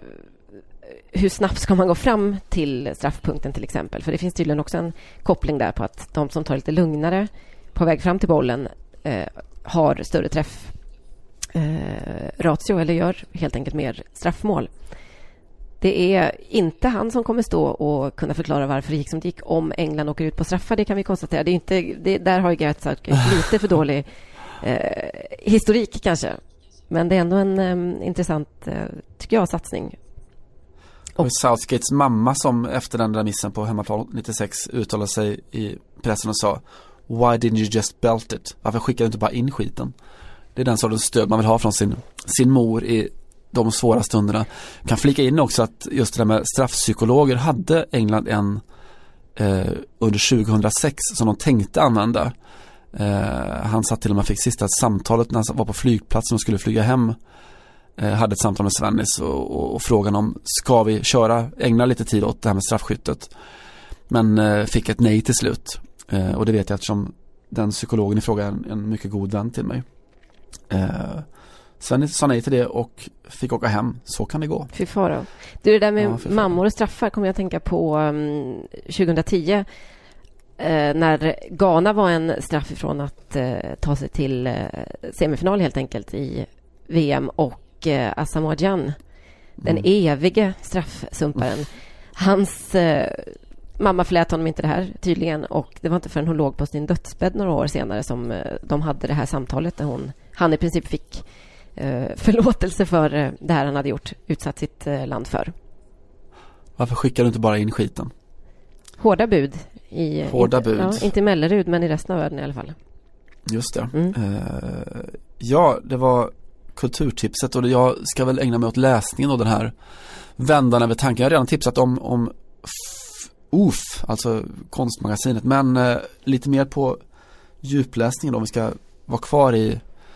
hur snabbt ska man gå fram till straffpunkten till exempel, för det finns tydligen också en koppling där på att de som tar lite lugnare på väg fram till bollen eh, har större träff eh, ratio, eller gör helt enkelt mer straffmål. Det är inte han som kommer stå och kunna förklara varför det gick som det gick om England åker ut på straffar, det kan vi konstatera. Det är inte, det, där har ju Gareth Southgate lite för dålig eh, historik kanske. Men det är ändå en eh, intressant, eh, tycker jag, satsning. Och Southgates mamma som efter den där missen på hemmaplan nittiosex uttalade sig i pressen och sa: "Why didn't you just belt it? Varför skickar du inte bara in skiten?" Det är den sortens stöd man vill ha från sin, sin mor i de svåra stunderna. Kan flika in också att just det där med straffpsykologer hade England en eh, under tjugohundrasex som de tänkte använda. Eh, han satt till och med fick sista samtalet när han var på flygplatsen och skulle flyga hem. Eh, hade ett samtal med Svennis och, och, och frågan om ska vi köra, ägna lite tid åt det här med straffskyttet. Men eh, fick ett nej till slut. Eh, och det vet jag eftersom den psykologen i fråga är en, en mycket god vän till mig. Eh, Sven sa nej till det och fick åka hem. Så kan det gå. Fy fara. Du, det där med ja, mammor och straffar kommer jag att tänka på um, tjugohundratio eh, när Ghana var en straff ifrån att eh, ta sig till eh, semifinal helt enkelt i V M, och eh, Asamoah Gyan, den mm. evige straffsumparen. Mm. Hans eh, mamma förlät honom inte det här tydligen, och det var inte förrän hon låg på sin dödsbädd några år senare som eh, de hade det här samtalet där hon, han i princip fick förlåtelse för det här han hade gjort, utsatt sitt land för. Varför skickar du inte bara in skiten? Hårda bud. I, Hårda inte, bud. Ja, inte i Mellerud, men i resten av världen i alla fall. Just det. Mm. Uh, ja, det var kulturtipset, och jag ska väl ägna mig åt läsningen och den här vändan över tanken. Jag har redan tipsat om, om F- O F, alltså konstmagasinet, men eh, lite mer på djupläsningen om vi ska vara kvar i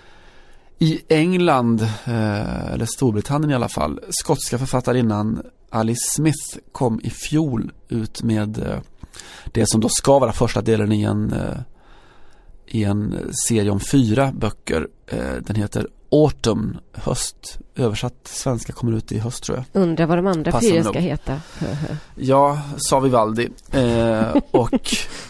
i England, eh, eller Storbritannien i alla fall. Skotska författarinnan Alice Smith kom i fjol ut med eh, det som då ska vara första delen i en eh, i en serie om fyra böcker. Eh, den heter Autumn, höst. Översatt svenska kommer ut i höst, tror jag. Undrar vad de andra Passande fyra ska nog. heta. Ja, sa Vivaldi. Eh, och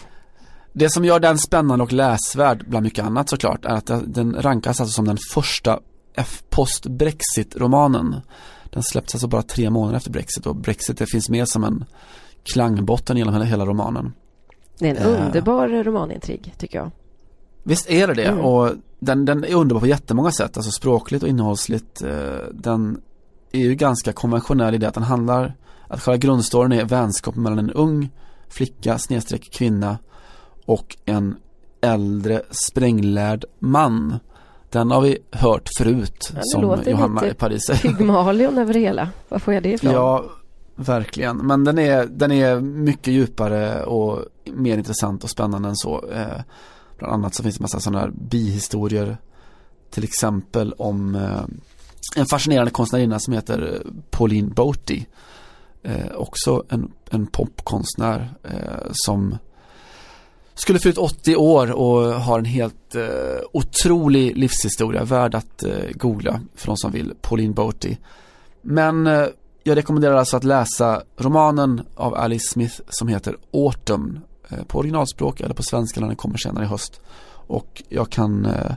det som gör den spännande och läsvärd bland mycket annat såklart är att den rankas alltså som den första F- post-Brexit-romanen. Den släpptes alltså bara tre månader efter Brexit, och Brexit det finns med som en klangbotten genom hela, hela romanen. Det är en eh. underbar romanintrig, tycker jag. Visst är det det, mm. och den, den är underbar på jättemånga sätt, alltså språkligt och innehållsligt. Eh, den är ju ganska konventionell i det att den handlar, att själva grundstoryn är vänskap mellan en ung flicka, snedstreck kvinna, och en äldre spränglärd man. Den har vi hört förut, ja, som Johanna i Paris säger. Pygmalion över det hela. Var får jag det ifrån? Ja, verkligen. Men den är, den är mycket djupare och mer intressant och spännande än så. Eh, bland annat så finns det en massa sådana här bihistorier. Till exempel om eh, en fascinerande konstnärinna som heter Pauline Boty. Eh, också en, en popkonstnär eh, som skulle fyllt åttio år och har en helt eh, otrolig livshistoria, värd att eh, googla för de som vill. Pauline Boty. Men eh, jag rekommenderar alltså att läsa romanen av Alice Smith som heter Autumn eh, på originalspråk eller på svenska när den kommer senare i höst. Och jag kan eh,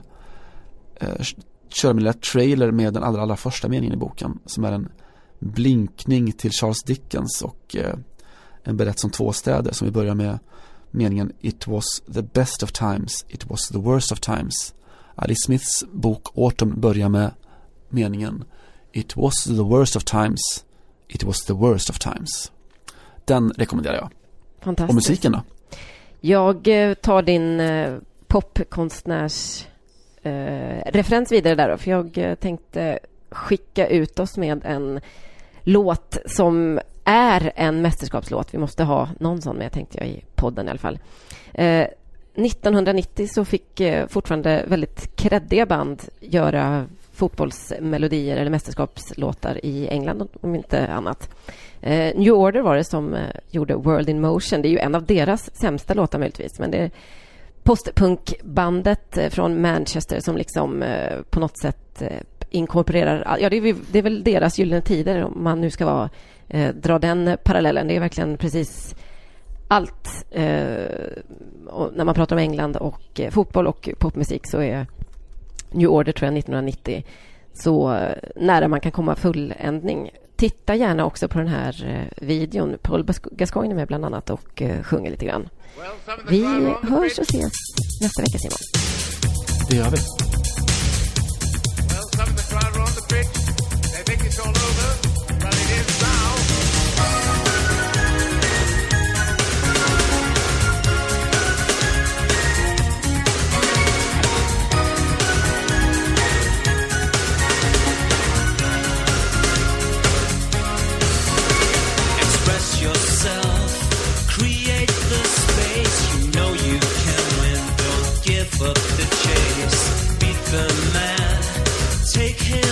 eh, köra min lilla trailer med den allra, allra första meningen i boken, som är en blinkning till Charles Dickens och eh, en berättelse om två städer, som vi börjar med meningen It was the best of times, it was the worst of times. Alice Smiths bok Autumn börjar med meningen It was the worst of times, it was the worst of times. Den rekommenderar jag. Fantastiskt. Och musiken då? Jag eh, tar din eh, popkonstnärs eh, referens vidare där då, för jag eh, tänkte skicka ut oss med en låt som är en mästerskapslåt. Vi måste ha någon sån med, tänkte jag, i podden i alla fall. Eh, nittonhundranittio så fick eh, fortfarande väldigt kreddiga band göra fotbollsmelodier eller mästerskapslåtar i England, om inte annat. Eh, New Order var det som eh, gjorde World in Motion. Det är ju en av deras sämsta låtar möjligtvis, men det är postpunkbandet eh, från Manchester som liksom eh, på något sätt eh, inkorporerar, ja det är, det är väl deras gyllene tider, om man nu ska vara eh, dra den parallellen. Det är verkligen precis allt eh, och när man pratar om England och eh, fotboll och popmusik, så är New Order, tror jag, nittonhundranittio så eh, nära man kan komma fulländning. Titta gärna också på den här eh, videon. Paul Gascoigne är med bland annat och eh, sjunger lite grann. Vi hörs och ses nästa vecka, Simon. Det gör vi. Up the chase, beat the man, take him.